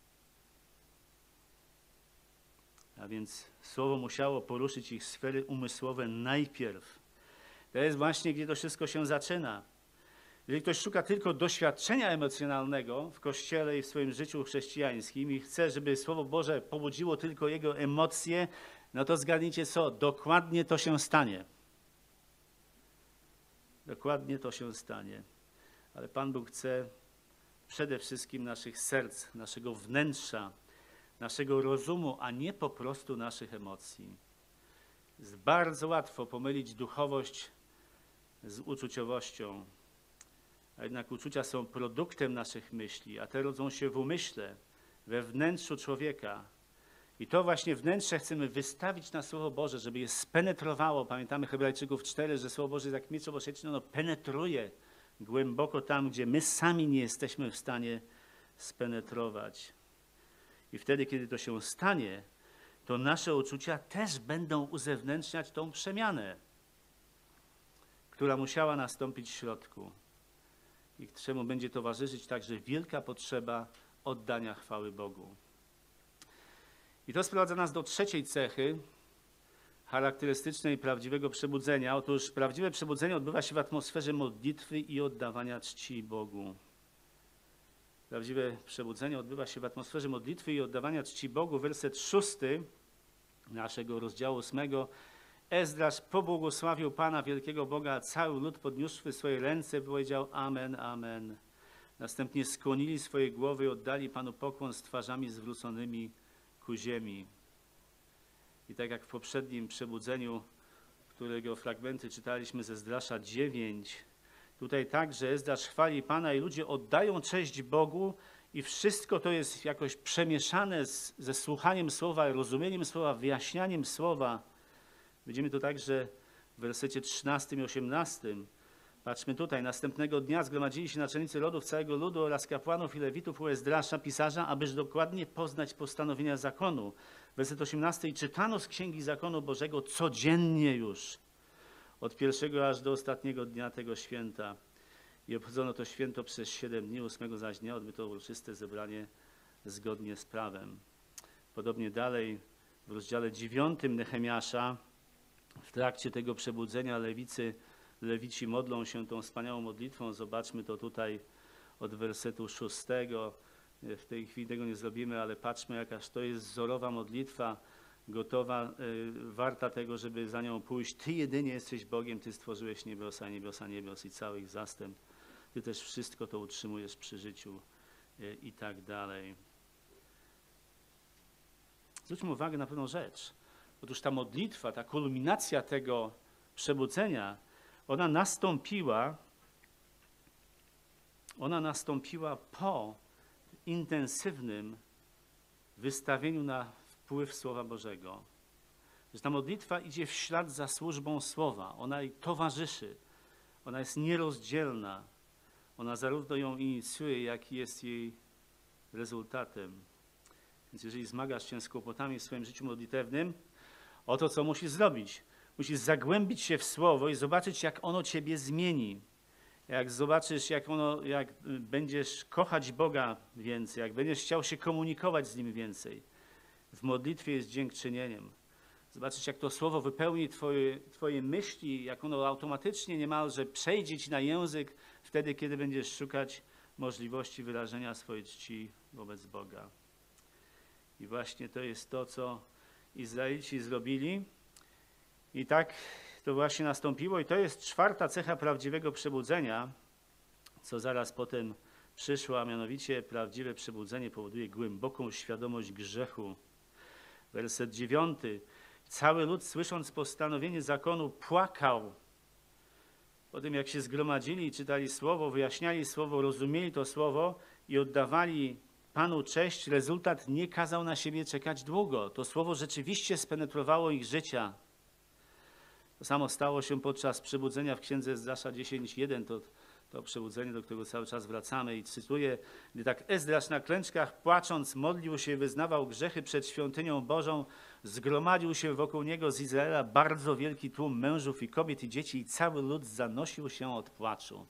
A więc słowo musiało poruszyć ich sfery umysłowe najpierw. To jest właśnie, gdzie to wszystko się zaczyna. Jeżeli ktoś szuka tylko doświadczenia emocjonalnego w Kościele i w swoim życiu chrześcijańskim i chce, żeby Słowo Boże pobudziło tylko jego emocje, no to zgadnijcie co, dokładnie to się stanie. Dokładnie to się stanie. Ale Pan Bóg chce przede wszystkim naszych serc, naszego wnętrza, naszego rozumu, a nie po prostu naszych emocji. Jest bardzo łatwo pomylić duchowość z uczuciowością. A jednak uczucia są produktem naszych myśli, a te rodzą się w umyśle, we wnętrzu człowieka. I to właśnie wnętrze chcemy wystawić na Słowo Boże, żeby je spenetrowało. Pamiętamy Hebrajczyków cztery, że Słowo Boże jest jak miecz obosieczny, ono penetruje głęboko tam, gdzie my sami nie jesteśmy w stanie spenetrować. I wtedy, kiedy to się stanie, to nasze uczucia też będą uzewnętrzniać tą przemianę, która musiała nastąpić w środku. I czemu będzie towarzyszyć także wielka potrzeba oddania chwały Bogu. I to sprowadza nas do trzeciej cechy charakterystycznej prawdziwego przebudzenia. Otóż prawdziwe przebudzenie odbywa się w atmosferze modlitwy i oddawania czci Bogu. Prawdziwe przebudzenie odbywa się w atmosferze modlitwy i oddawania czci Bogu. Werset szósty naszego rozdziału ósmego. Ezdrasz pobłogosławił Pana, wielkiego Boga, a cały lud podniósłszy swoje ręce powiedział amen, amen. Następnie skłonili swoje głowy i oddali Panu pokłon z twarzami zwróconymi ku ziemi. I tak jak w poprzednim przebudzeniu, którego fragmenty czytaliśmy ze Ezdrasza dziewięć, tutaj także Ezdrasz chwali Pana i ludzie oddają cześć Bogu i wszystko to jest jakoś przemieszane z, ze słuchaniem słowa, rozumieniem słowa, wyjaśnianiem słowa. Widzimy to także w wersecie trzynastym i osiemnastym. Patrzmy tutaj. Następnego dnia zgromadzili się naczelnicy rodów całego ludu oraz kapłanów i lewitów u Ezdrasza, pisarza, abyż dokładnie poznać postanowienia zakonu. Werset osiemnasty. I czytano z Księgi Zakonu Bożego codziennie już, od pierwszego aż do ostatniego dnia tego święta. I obchodzono to święto przez siedem dni, ósmego zaś dnia odbyto uroczyste zebranie zgodnie z prawem. Podobnie dalej w rozdziale dziewiątym Nehemiasza, w trakcie tego przebudzenia lewicy, lewici modlą się tą wspaniałą modlitwą. Zobaczmy to tutaj od wersetu szóstego. W tej chwili tego nie zrobimy, ale patrzmy, jakaż to jest wzorowa modlitwa, gotowa, y, warta tego, żeby za nią pójść. Ty jedynie jesteś Bogiem, Ty stworzyłeś niebiosa, niebiosa, niebios i cały ich zastęp. Ty też wszystko to utrzymujesz przy życiu y, i tak dalej. Zwróćmy uwagę na pewną rzecz. Otóż ta modlitwa, ta kulminacja tego przebudzenia, ona nastąpiła, ona nastąpiła po intensywnym wystawieniu na wpływ Słowa Bożego. Że ta modlitwa idzie w ślad za służbą Słowa. Ona jej towarzyszy. Ona jest nierozdzielna. Ona zarówno ją inicjuje, jak i jest jej rezultatem. Więc jeżeli zmagasz się z kłopotami w swoim życiu modlitewnym, oto co musisz zrobić. Musisz zagłębić się w Słowo i zobaczyć, jak ono ciebie zmieni. Jak zobaczysz, jak, ono, jak będziesz kochać Boga więcej, jak będziesz chciał się komunikować z Nim więcej. W modlitwie jest dziękczynieniem. Zobaczysz, jak to Słowo wypełni twoje, twoje myśli, jak ono automatycznie niemalże przejdzie ci na język wtedy, kiedy będziesz szukać możliwości wyrażenia swojej czci wobec Boga. I właśnie to jest to, co Izraelici zrobili. I tak to właśnie nastąpiło. I to jest czwarta cecha prawdziwego przebudzenia, co zaraz potem przyszło, a mianowicie prawdziwe przebudzenie powoduje głęboką świadomość grzechu. Werset dziewiąty. Cały lud, słysząc postanowienie zakonu, płakał. Po tym, jak się zgromadzili, czytali słowo, wyjaśniali słowo, rozumieli to słowo i oddawali Panu cześć, rezultat nie kazał na siebie czekać długo. To słowo rzeczywiście spenetrowało ich życia. To samo stało się podczas przebudzenia w księdze Ezdrasza dziesięć jeden. To, to przebudzenie, do którego cały czas wracamy. I cytuję, gdy tak Ezdrasz na klęczkach płacząc modlił się, wyznawał grzechy przed świątynią Bożą, zgromadził się wokół niego z Izraela bardzo wielki tłum mężów i kobiet i dzieci i cały lud zanosił się od płaczu.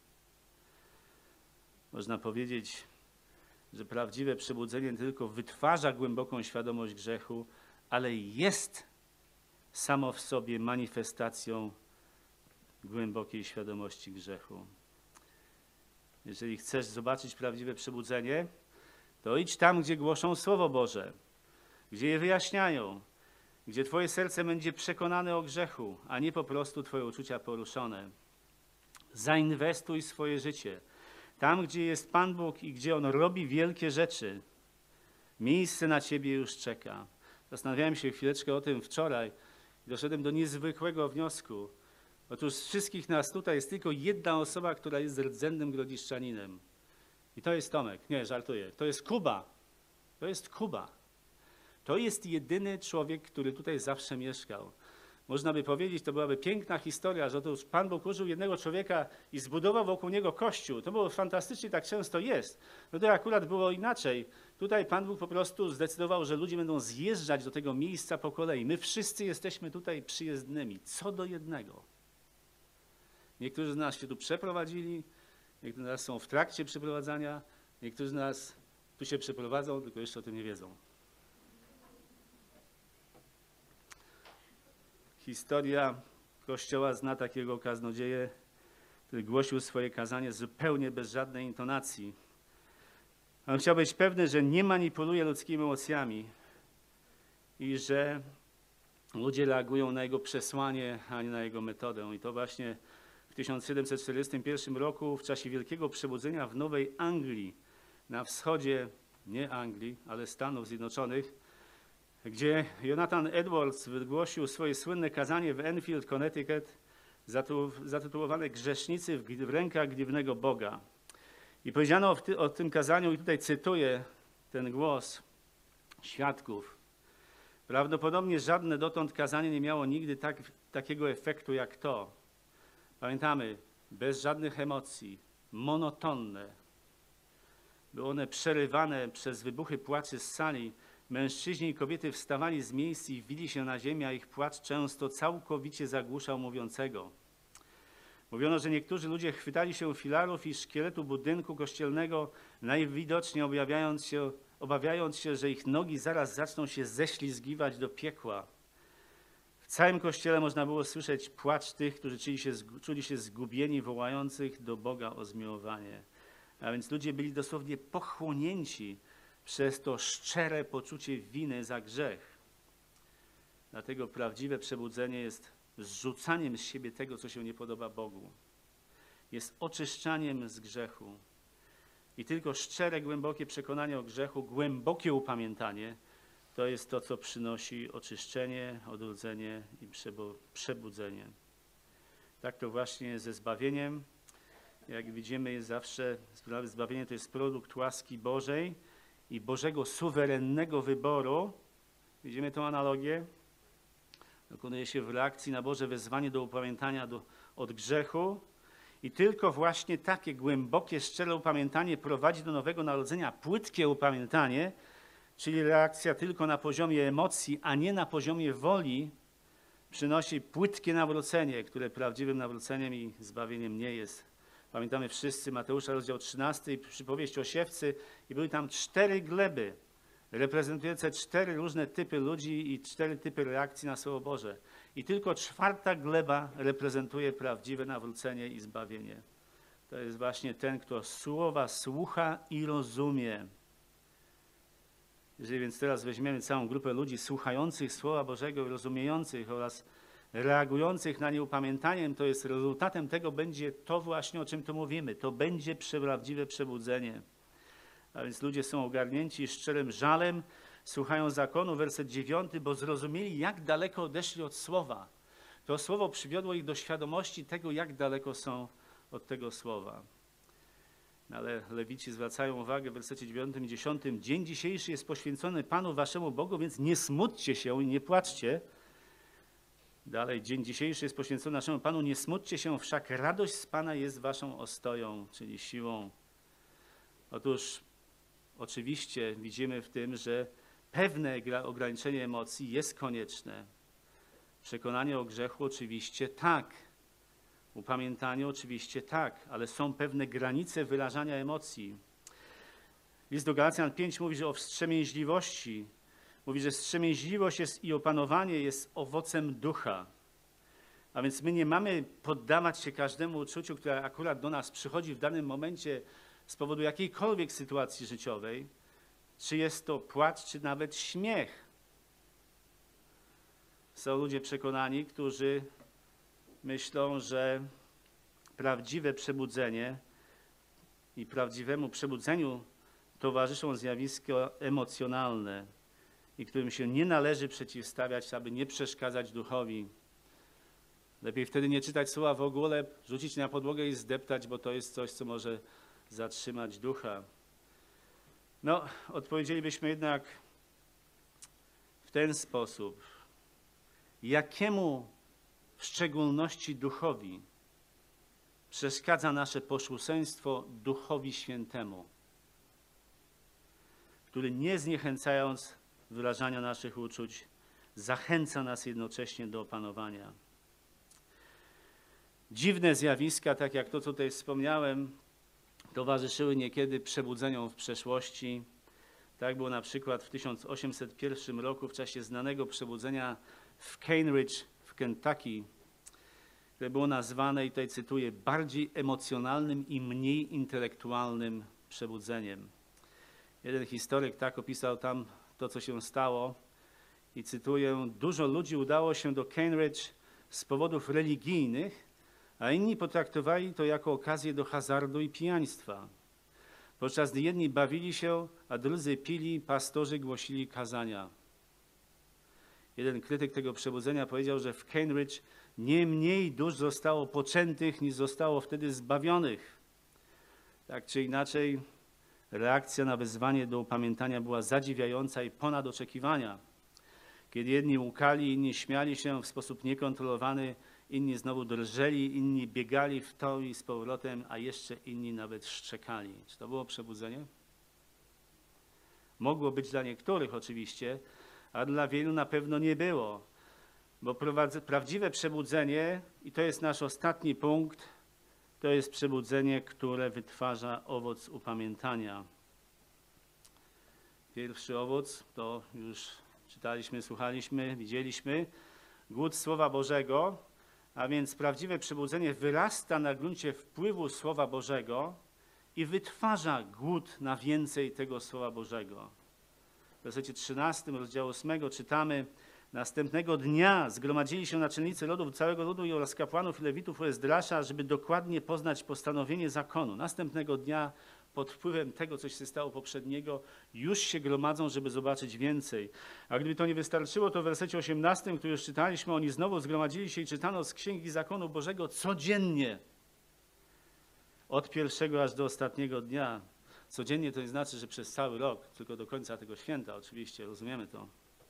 Można powiedzieć, że prawdziwe przebudzenie nie tylko wytwarza głęboką świadomość grzechu, ale jest samo w sobie manifestacją głębokiej świadomości grzechu. Jeżeli chcesz zobaczyć prawdziwe przebudzenie, to idź tam, gdzie głoszą Słowo Boże, gdzie je wyjaśniają, gdzie twoje serce będzie przekonane o grzechu, a nie po prostu twoje uczucia poruszone. Zainwestuj swoje życie. Tam, gdzie jest Pan Bóg i gdzie On robi wielkie rzeczy, miejsce na ciebie już czeka. Zastanawiałem się chwileczkę o tym wczoraj i doszedłem do niezwykłego wniosku. Otóż z wszystkich nas tutaj jest tylko jedna osoba, która jest rdzennym grodziszczaninem. I to jest Tomek. Nie, żartuję. To jest Kuba. To jest Kuba. To jest jedyny człowiek, który tutaj zawsze mieszkał. Można by powiedzieć, to byłaby piękna historia, że otóż Pan Bóg użył jednego człowieka i zbudował wokół niego kościół. To było fantastycznie, tak często jest. No to akurat było inaczej. Tutaj Pan Bóg po prostu zdecydował, że ludzie będą zjeżdżać do tego miejsca po kolei. My wszyscy jesteśmy tutaj przyjezdnymi, co do jednego. Niektórzy z nas się tu przeprowadzili, niektórzy z nas są w trakcie przeprowadzania, niektórzy z nas tu się przeprowadzą, tylko jeszcze o tym nie wiedzą. Historia Kościoła zna takiego kaznodzieję, który głosił swoje kazanie zupełnie bez żadnej intonacji. On chciał być pewny, że nie manipuluje ludzkimi emocjami i że ludzie reagują na jego przesłanie, a nie na jego metodę. I to właśnie w tysiąc siedemset czterdziestym pierwszym roku, w czasie Wielkiego Przebudzenia w Nowej Anglii, na wschodzie, nie Anglii, ale Stanów Zjednoczonych, gdzie Jonathan Edwards wygłosił swoje słynne kazanie w Enfield, Connecticut, zatytułowane Grzesznicy w rękach gniewnego Boga. I powiedziano o, ty, o tym kazaniu, i tutaj cytuję ten głos świadków. Prawdopodobnie żadne dotąd kazanie nie miało nigdy tak, takiego efektu jak to. Pamiętamy, bez żadnych emocji, monotonne. Były one przerywane przez wybuchy płaczy z sali. Mężczyźni i kobiety wstawali z miejsc i wbili się na ziemię, a ich płacz często całkowicie zagłuszał mówiącego. Mówiono, że niektórzy ludzie chwytali się filarów i szkieletu budynku kościelnego, najwidoczniej objawiając się, obawiając się, że ich nogi zaraz zaczną się ześlizgiwać do piekła. W całym kościele można było słyszeć płacz tych, którzy czuli się, czuli się zgubieni, wołających do Boga o zmiłowanie. A więc ludzie byli dosłownie pochłonięci przez to szczere poczucie winy za grzech. Dlatego prawdziwe przebudzenie jest zrzucaniem z siebie tego, co się nie podoba Bogu. Jest oczyszczaniem z grzechu. I tylko szczere, głębokie przekonanie o grzechu, głębokie upamiętanie, to jest to, co przynosi oczyszczenie, odrodzenie i przebudzenie. Tak to właśnie ze zbawieniem. Jak widzimy, jest zawsze zbawienie to jest produkt łaski Bożej i Bożego suwerennego wyboru. Widzimy tę analogię? Dokonuje się w reakcji na Boże wezwanie do upamiętania do, od grzechu i tylko właśnie takie głębokie, szczere upamiętanie prowadzi do nowego narodzenia. Płytkie upamiętanie, czyli reakcja tylko na poziomie emocji, a nie na poziomie woli, przynosi płytkie nawrócenie, które prawdziwym nawróceniem i zbawieniem nie jest. Pamiętamy wszyscy Mateusza, rozdział trzynasty, przypowieść o siewcy i były tam cztery gleby, reprezentujące cztery różne typy ludzi i cztery typy reakcji na Słowo Boże. I tylko czwarta gleba reprezentuje prawdziwe nawrócenie i zbawienie. To jest właśnie ten, kto słowa słucha i rozumie. Jeżeli więc teraz weźmiemy całą grupę ludzi słuchających Słowa Bożego i rozumiejących oraz reagujących na nie upamiętaniem, to jest rezultatem tego będzie to właśnie, o czym tu mówimy. To będzie prawdziwe przebudzenie. A więc ludzie są ogarnięci szczerym żalem, słuchają zakonu, werset dziewiąty, bo zrozumieli, jak daleko odeszli od słowa. To słowo przywiodło ich do świadomości tego, jak daleko są od tego słowa. No ale Lewici zwracają uwagę w wersecie dziewiątym i dziesiątym. Dzień dzisiejszy jest poświęcony Panu waszemu Bogu, więc nie smućcie się i nie płaczcie. Dalej, dzień dzisiejszy jest poświęcony naszemu Panu, nie smućcie się, wszak radość z Pana jest waszą ostoją, czyli siłą. Otóż oczywiście widzimy w tym, że pewne ograniczenie emocji jest konieczne. Przekonanie o grzechu oczywiście tak. Upamiętanie oczywiście tak, ale są pewne granice wyrażania emocji. List do Galacjan pięć mówi, że o wstrzemięźliwości. Mówi, że wstrzemięźliwość jest i opanowanie jest owocem ducha. A więc my nie mamy poddawać się każdemu uczuciu, które akurat do nas przychodzi w danym momencie z powodu jakiejkolwiek sytuacji życiowej, czy jest to płacz, czy nawet śmiech. Są ludzie przekonani, którzy myślą, że prawdziwe przebudzenie i prawdziwemu przebudzeniu towarzyszą zjawiska emocjonalne i którym się nie należy przeciwstawiać, aby nie przeszkadzać duchowi. Lepiej wtedy nie czytać słowa w ogóle, rzucić na podłogę i zdeptać, bo to jest coś, co może zatrzymać ducha. No, odpowiedzielibyśmy jednak w ten sposób. Jakiemu w szczególności duchowi przeszkadza nasze posłuszeństwo Duchowi Świętemu, który nie zniechęcając wyrażania naszych uczuć, zachęca nas jednocześnie do opanowania. Dziwne zjawiska, tak jak to, co tutaj wspomniałem, towarzyszyły niekiedy przebudzeniom w przeszłości. Tak było na przykład w tysiąc osiemset pierwszym roku w czasie znanego przebudzenia w Cambridge w Kentucky, które było nazwane, i tutaj cytuję, bardziej emocjonalnym i mniej intelektualnym przebudzeniem. Jeden historyk tak opisał tam to, co się stało i cytuję, dużo ludzi udało się do Cambridge z powodów religijnych, a inni potraktowali to jako okazję do hazardu i pijaństwa. Podczas gdy jedni bawili się, a drudzy pili, pastorzy głosili kazania. Jeden krytyk tego przebudzenia powiedział, że w Cambridge nie mniej dusz zostało poczętych, niż zostało wtedy zbawionych. Tak czy inaczej, reakcja na wezwanie do upamiętania była zadziwiająca i ponad oczekiwania. Kiedy jedni łkali, inni śmiali się w sposób niekontrolowany, inni znowu drżeli, inni biegali w to i z powrotem, a jeszcze inni nawet szczekali. Czy to było przebudzenie? Mogło być dla niektórych oczywiście, a dla wielu na pewno nie było. Bo prawdziwe przebudzenie, i to jest nasz ostatni punkt, to jest przebudzenie, które wytwarza owoc upamiętania. Pierwszy owoc to już czytaliśmy, słuchaliśmy, widzieliśmy. Głód Słowa Bożego, a więc prawdziwe przebudzenie wyrasta na gruncie wpływu Słowa Bożego i wytwarza głód na więcej tego Słowa Bożego. W wersecie trzynastym rozdziału ósmego czytamy: następnego dnia zgromadzili się naczelnicy ludów, całego ludu i oraz kapłanów i lewitów u Ezdrasza, żeby dokładnie poznać postanowienie zakonu. Następnego dnia pod wpływem tego, co się stało poprzedniego, już się gromadzą, żeby zobaczyć więcej. A gdyby to nie wystarczyło, to w wersecie osiemnastym, który już czytaliśmy, oni znowu zgromadzili się i czytano z Księgi Zakonu Bożego codziennie. Od pierwszego aż do ostatniego dnia. Codziennie to nie znaczy, że przez cały rok, tylko do końca tego święta, oczywiście, rozumiemy to.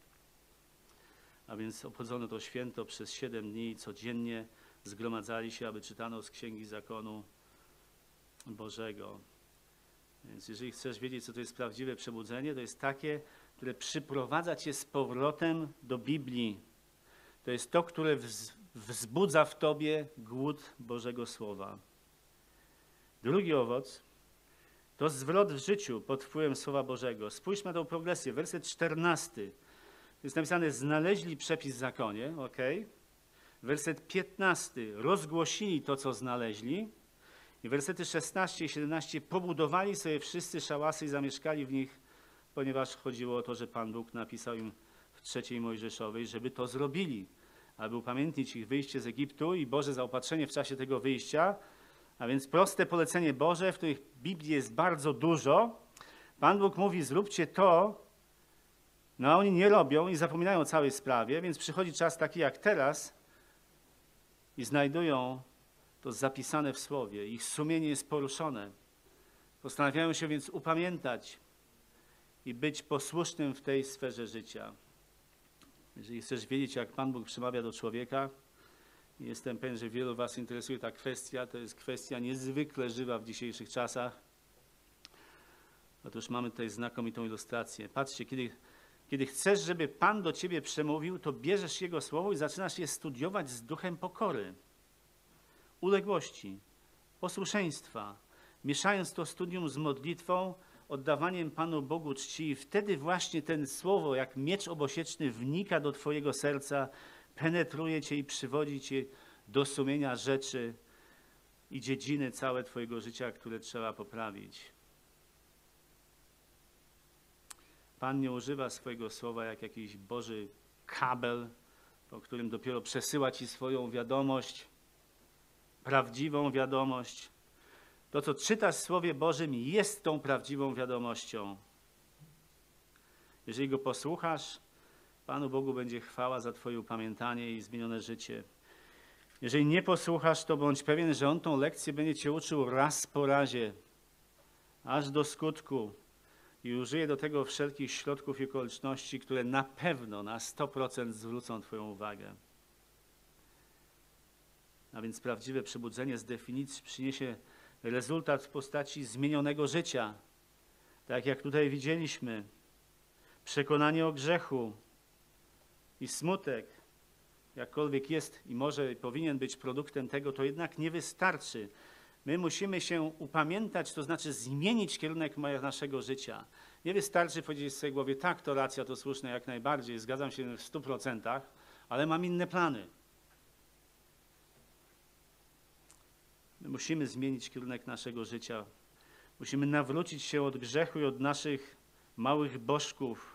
A więc obchodzono to święto przez siedem dni i codziennie zgromadzali się, aby czytano z Księgi Zakonu Bożego. Więc jeżeli chcesz wiedzieć, co to jest prawdziwe przebudzenie, to jest takie, które przyprowadza cię z powrotem do Biblii. To jest to, które wzbudza w tobie głód Bożego Słowa. Drugi owoc to zwrot w życiu pod wpływem Słowa Bożego. Spójrzmy na tę progresję. Werset czternasty. Jest napisane, znaleźli przepis w zakonie, ok. Werset piętnasty. Rozgłosili to, co znaleźli. I wersety szesnasty i siedemnasty. Pobudowali sobie wszyscy szałasy i zamieszkali w nich, ponieważ chodziło o to, że Pan Bóg napisał im w trzeciej Mojżeszowej, żeby to zrobili, aby upamiętnić ich wyjście z Egiptu i Boże zaopatrzenie w czasie tego wyjścia. A więc proste polecenie Boże, w których w Biblii jest bardzo dużo. Pan Bóg mówi, zróbcie to, No a oni nie robią i zapominają o całej sprawie, więc przychodzi czas taki jak teraz i znajdują to zapisane w Słowie. Ich sumienie jest poruszone. Postanawiają się więc upamiętać i być posłusznym w tej sferze życia. Jeżeli chcesz wiedzieć, jak Pan Bóg przemawia do człowieka, jestem pewien, że wielu was interesuje ta kwestia, to jest kwestia niezwykle żywa w dzisiejszych czasach. Otóż mamy tutaj znakomitą ilustrację. Patrzcie, kiedy, kiedy chcesz, żeby Pan do ciebie przemówił, to bierzesz Jego słowo i zaczynasz je studiować z duchem pokory, uległości, posłuszeństwa, mieszając to studium z modlitwą, oddawaniem Panu Bogu czci i wtedy właśnie ten słowo, jak miecz obosieczny, wnika do twojego serca, penetruje cię i przywodzi cię do sumienia rzeczy i dziedziny całe twojego życia, które trzeba poprawić. Pan nie używa swojego słowa jak jakiś Boży kabel, po którym dopiero przesyła ci swoją wiadomość, prawdziwą wiadomość. To, co czytasz w Słowie Bożym, jest tą prawdziwą wiadomością. Jeżeli go posłuchasz, Panu Bogu będzie chwała za twoje upamiętanie i zmienione życie. Jeżeli nie posłuchasz, to bądź pewien, że On tą lekcję będzie cię uczył raz po razie, aż do skutku i użyje do tego wszelkich środków i okoliczności, które na pewno na sto procent zwrócą twoją uwagę. A więc prawdziwe przebudzenie z definicji przyniesie rezultat w postaci zmienionego życia. Tak jak tutaj widzieliśmy, przekonanie o grzechu i smutek, jakkolwiek jest i może i powinien być produktem tego, to jednak nie wystarczy. My musimy się upamiętać, to znaczy zmienić kierunek naszego życia. Nie wystarczy powiedzieć w swojej głowie, tak, to racja, to słuszne jak najbardziej, zgadzam się w stu procentach, ale mam inne plany. My musimy zmienić kierunek naszego życia. Musimy nawrócić się od grzechu i od naszych małych bożków,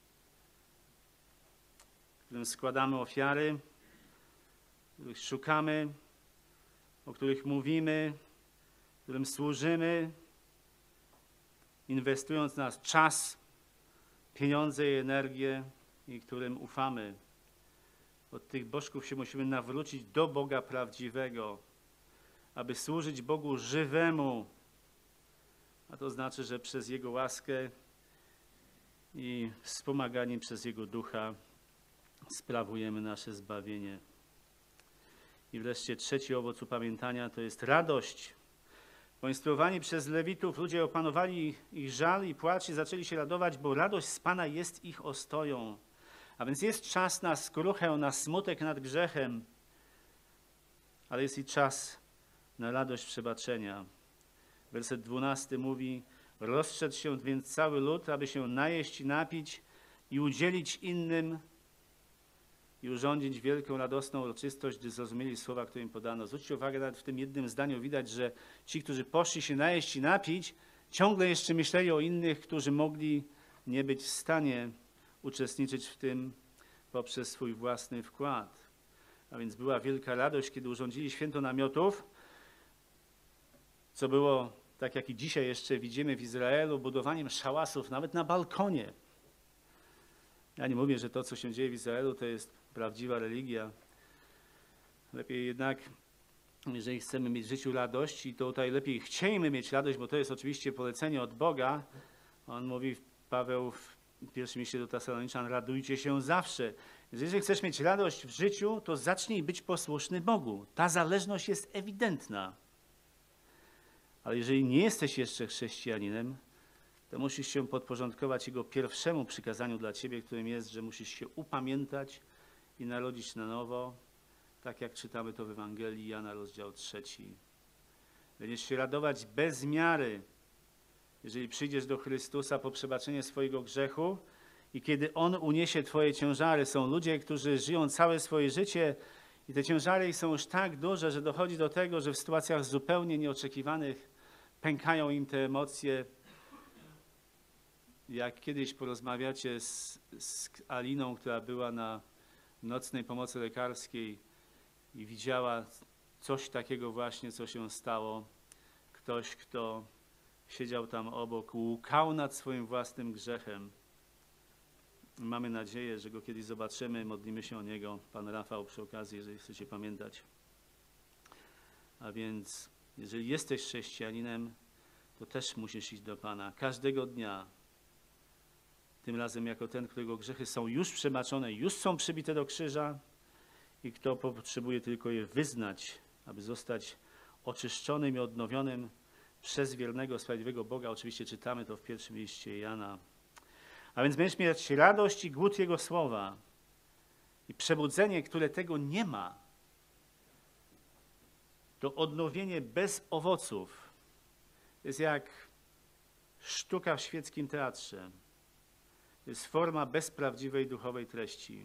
którym składamy ofiary, których szukamy, o których mówimy, którym służymy, inwestując w nas czas, pieniądze i energię i którym ufamy. Od tych bożków się musimy nawrócić do Boga prawdziwego, aby służyć Bogu żywemu, a to znaczy, że przez Jego łaskę i wspomaganie przez Jego Ducha sprawujemy nasze zbawienie. I wreszcie trzeci owoc upamiętania to jest radość. Poinstruowani przez Lewitów ludzie opanowali ich żal i płacz i zaczęli się radować, bo radość z Pana jest ich ostoją. A więc jest czas na skruchę, na smutek nad grzechem, ale jest i czas na radość przebaczenia. Werset dwunasty mówi: rozszedł się więc cały lud, aby się najeść i napić i udzielić innym i urządzić wielką, radosną uroczystość, gdy zrozumieli słowa, które im podano. Zwróćcie uwagę, nawet w tym jednym zdaniu widać, że ci, którzy poszli się najeść i napić, ciągle jeszcze myśleli o innych, którzy mogli nie być w stanie uczestniczyć w tym poprzez swój własny wkład. A więc była wielka radość, kiedy urządzili święto namiotów, co było, tak jak i dzisiaj jeszcze widzimy w Izraelu, budowaniem szałasów nawet na balkonie. Ja nie mówię, że to, co się dzieje w Izraelu, to jest prawdziwa religia. Lepiej jednak, jeżeli chcemy mieć w życiu radość, i tutaj lepiej chciejmy mieć radość, bo to jest oczywiście polecenie od Boga. On mówi, Paweł w pierwszym liście do Tesaloniczan, radujcie się zawsze. Jeżeli chcesz mieć radość w życiu, to zacznij być posłuszny Bogu. Ta zależność jest ewidentna. Ale jeżeli nie jesteś jeszcze chrześcijaninem, to musisz się podporządkować Jego pierwszemu przykazaniu dla ciebie, którym jest, że musisz się upamiętać i narodzić na nowo, tak jak czytamy to w Ewangelii Jana, rozdział trzeci. Będziesz się radować bez miary, jeżeli przyjdziesz do Chrystusa po przebaczenie swojego grzechu i kiedy On uniesie twoje ciężary. Są ludzie, którzy żyją całe swoje życie i te ciężary są już tak duże, że dochodzi do tego, że w sytuacjach zupełnie nieoczekiwanych pękają im te emocje. Jak kiedyś porozmawiacie z, z Aliną, która była na nocnej pomocy lekarskiej i widziała coś takiego właśnie, co się stało. Ktoś, kto siedział tam obok, łukał nad swoim własnym grzechem. Mamy nadzieję, że go kiedyś zobaczymy, modlimy się o niego. Pan Rafał przy okazji, jeżeli chcecie pamiętać. A więc, jeżeli jesteś chrześcijaninem, to też musisz iść do Pana każdego dnia. Tym razem jako ten, którego grzechy są już przebaczone, już są przybite do krzyża i kto potrzebuje tylko je wyznać, aby zostać oczyszczonym i odnowionym przez wiernego, sprawiedliwego Boga. Oczywiście czytamy to w pierwszym liście Jana. A więc będziesz mieć radość i głód Jego słowa i przebudzenie, które tego nie ma. To odnowienie bez owoców. Jest jak sztuka w świeckim teatrze. To jest forma bez prawdziwej duchowej treści.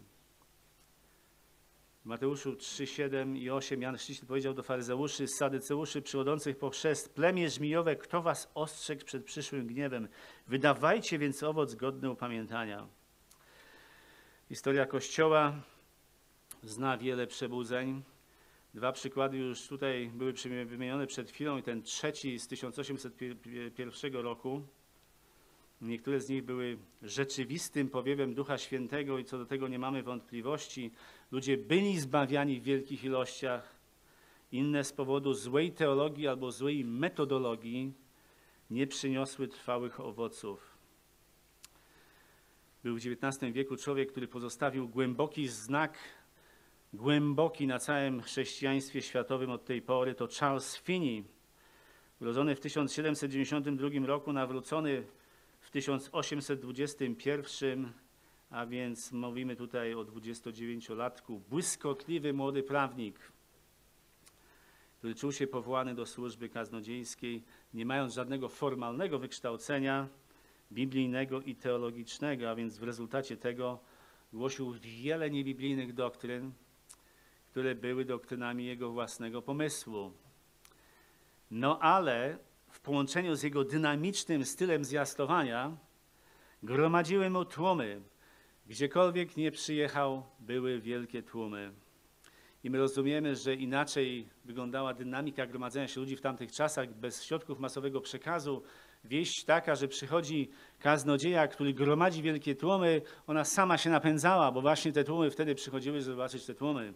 W Mateuszu trzy, siedem i osiem Jan Chrzciciel powiedział do faryzeuszy, sadyceuszy przychodzących po chrzest: plemię żmijowe, kto was ostrzegł przed przyszłym gniewem? Wydawajcie więc owoc godny upamiętania. Historia Kościoła zna wiele przebudzeń. Dwa przykłady już tutaj były wymienione przed chwilą i ten trzeci z tysiąc osiemset pierwszego roku. Niektóre z nich były rzeczywistym powiewem Ducha Świętego i co do tego nie mamy wątpliwości. Ludzie byli zbawiani w wielkich ilościach. Inne z powodu złej teologii albo złej metodologii nie przyniosły trwałych owoców. Był w dziewiętnastym wieku człowiek, który pozostawił głęboki znak, głęboki na całym chrześcijaństwie światowym od tej pory. To Charles Finney, urodzony w tysiąc siedemset dziewięćdziesiątym drugim roku, nawrócony w tysiąc osiemset dwudziestym pierwszym, a więc mówimy tutaj o dwudziestodziewięciolatku, błyskotliwy młody prawnik, który czuł się powołany do służby kaznodziejskiej, nie mając żadnego formalnego wykształcenia biblijnego i teologicznego, a więc w rezultacie tego głosił wiele niebiblijnych doktryn, które były doktrynami jego własnego pomysłu. No ale w połączeniu z jego dynamicznym stylem zwiastowania gromadziły mu tłumy. Gdziekolwiek nie przyjechał, były wielkie tłumy. I my rozumiemy, że inaczej wyglądała dynamika gromadzenia się ludzi w tamtych czasach, bez środków masowego przekazu. Wieść taka, że przychodzi kaznodzieja, który gromadzi wielkie tłumy, ona sama się napędzała, bo właśnie te tłumy wtedy przychodziły, żeby zobaczyć te tłumy.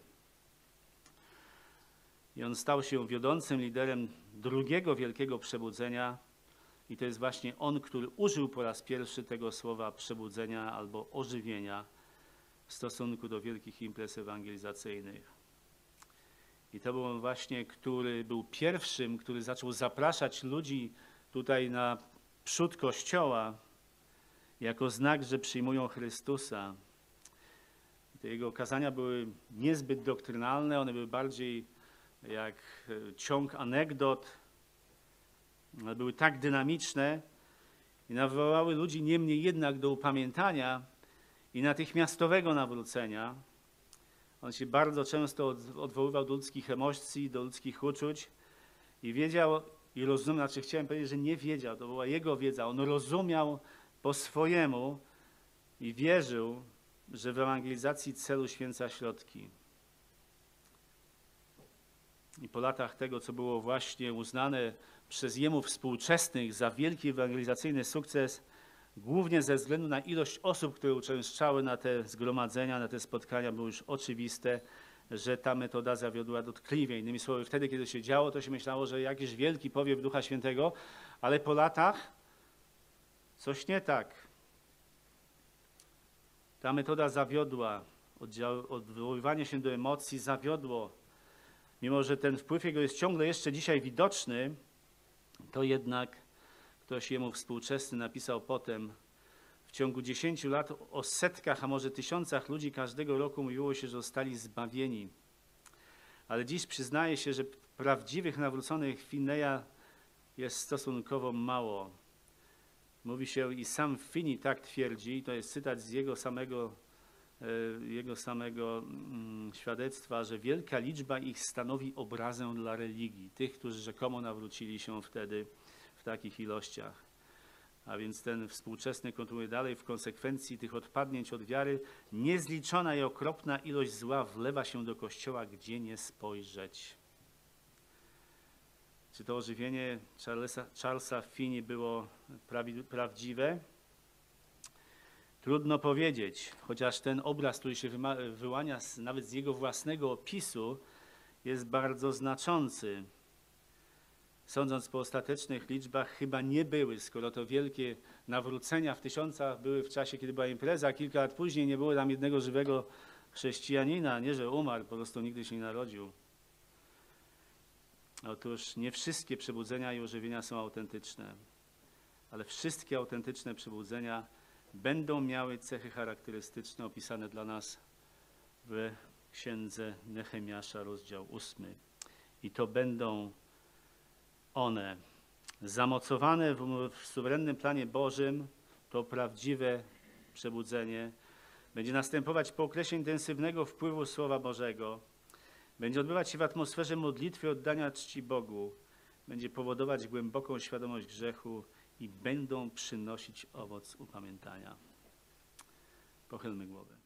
I on stał się wiodącym liderem drugiego wielkiego przebudzenia i to jest właśnie on, który użył po raz pierwszy tego słowa przebudzenia albo ożywienia w stosunku do wielkich imprez ewangelizacyjnych. I to był on właśnie, który był pierwszym, który zaczął zapraszać ludzi tutaj na przód Kościoła jako znak, że przyjmują Chrystusa. Te jego kazania były niezbyt doktrynalne, one były bardziej jak ciąg anegdot, ale były tak dynamiczne i nawoływały ludzi niemniej jednak do upamiętania i natychmiastowego nawrócenia. On się bardzo często odwoływał do ludzkich emocji, do ludzkich uczuć i wiedział i rozumiał, znaczy chciałem powiedzieć, że nie wiedział, to była jego wiedza, on rozumiał po swojemu i wierzył, że w ewangelizacji celu święca środki. I po latach tego, co było właśnie uznane przez jemu współczesnych za wielki ewangelizacyjny sukces, głównie ze względu na ilość osób, które uczęszczały na te zgromadzenia, na te spotkania, było już oczywiste, że ta metoda zawiodła dotkliwie. Innymi słowy, wtedy, kiedy się działo, to się myślało, że jakiś wielki powiew Ducha Świętego, ale po latach coś nie tak. Ta metoda zawiodła, odwoływanie się do emocji zawiodło. Mimo że ten wpływ jego jest ciągle jeszcze dzisiaj widoczny, to jednak ktoś jemu współczesny napisał potem, w ciągu dziesięciu lat o setkach, a może tysiącach ludzi każdego roku mówiło się, że zostali zbawieni. Ale dziś przyznaje się, że prawdziwych nawróconych Finneya jest stosunkowo mało. Mówi się i sam Finney tak twierdzi, to jest cytat z jego samego jego samego mm, świadectwa, że wielka liczba ich stanowi obrazę dla religii, tych, którzy rzekomo nawrócili się wtedy w takich ilościach. A więc ten współczesny kontynuuje dalej, w konsekwencji tych odpadnięć od wiary niezliczona i okropna ilość zła wlewa się do Kościoła, gdzie nie spojrzeć. Czy to ożywienie Charlesa, Charlesa Finney było prawi, prawdziwe? Trudno powiedzieć, chociaż ten obraz, który się wyma- wyłania z, nawet z jego własnego opisu, jest bardzo znaczący. Sądząc po ostatecznych liczbach, chyba nie były, skoro to wielkie nawrócenia w tysiącach były w czasie, kiedy była impreza, a kilka lat później nie było tam jednego żywego chrześcijanina, nie że umarł, po prostu nigdy się nie narodził. Otóż nie wszystkie przebudzenia i ożywienia są autentyczne, ale wszystkie autentyczne przebudzenia będą miały cechy charakterystyczne opisane dla nas w księdze Nehemiasza, rozdział ósmy. I to będą one zamocowane w, w suwerennym planie Bożym, to prawdziwe przebudzenie będzie następować po okresie intensywnego wpływu Słowa Bożego. Będzie odbywać się w atmosferze modlitwy, oddania czci Bogu. Będzie powodować głęboką świadomość grzechu i będą przynosić owoc upamiętania. Pochylmy głowę.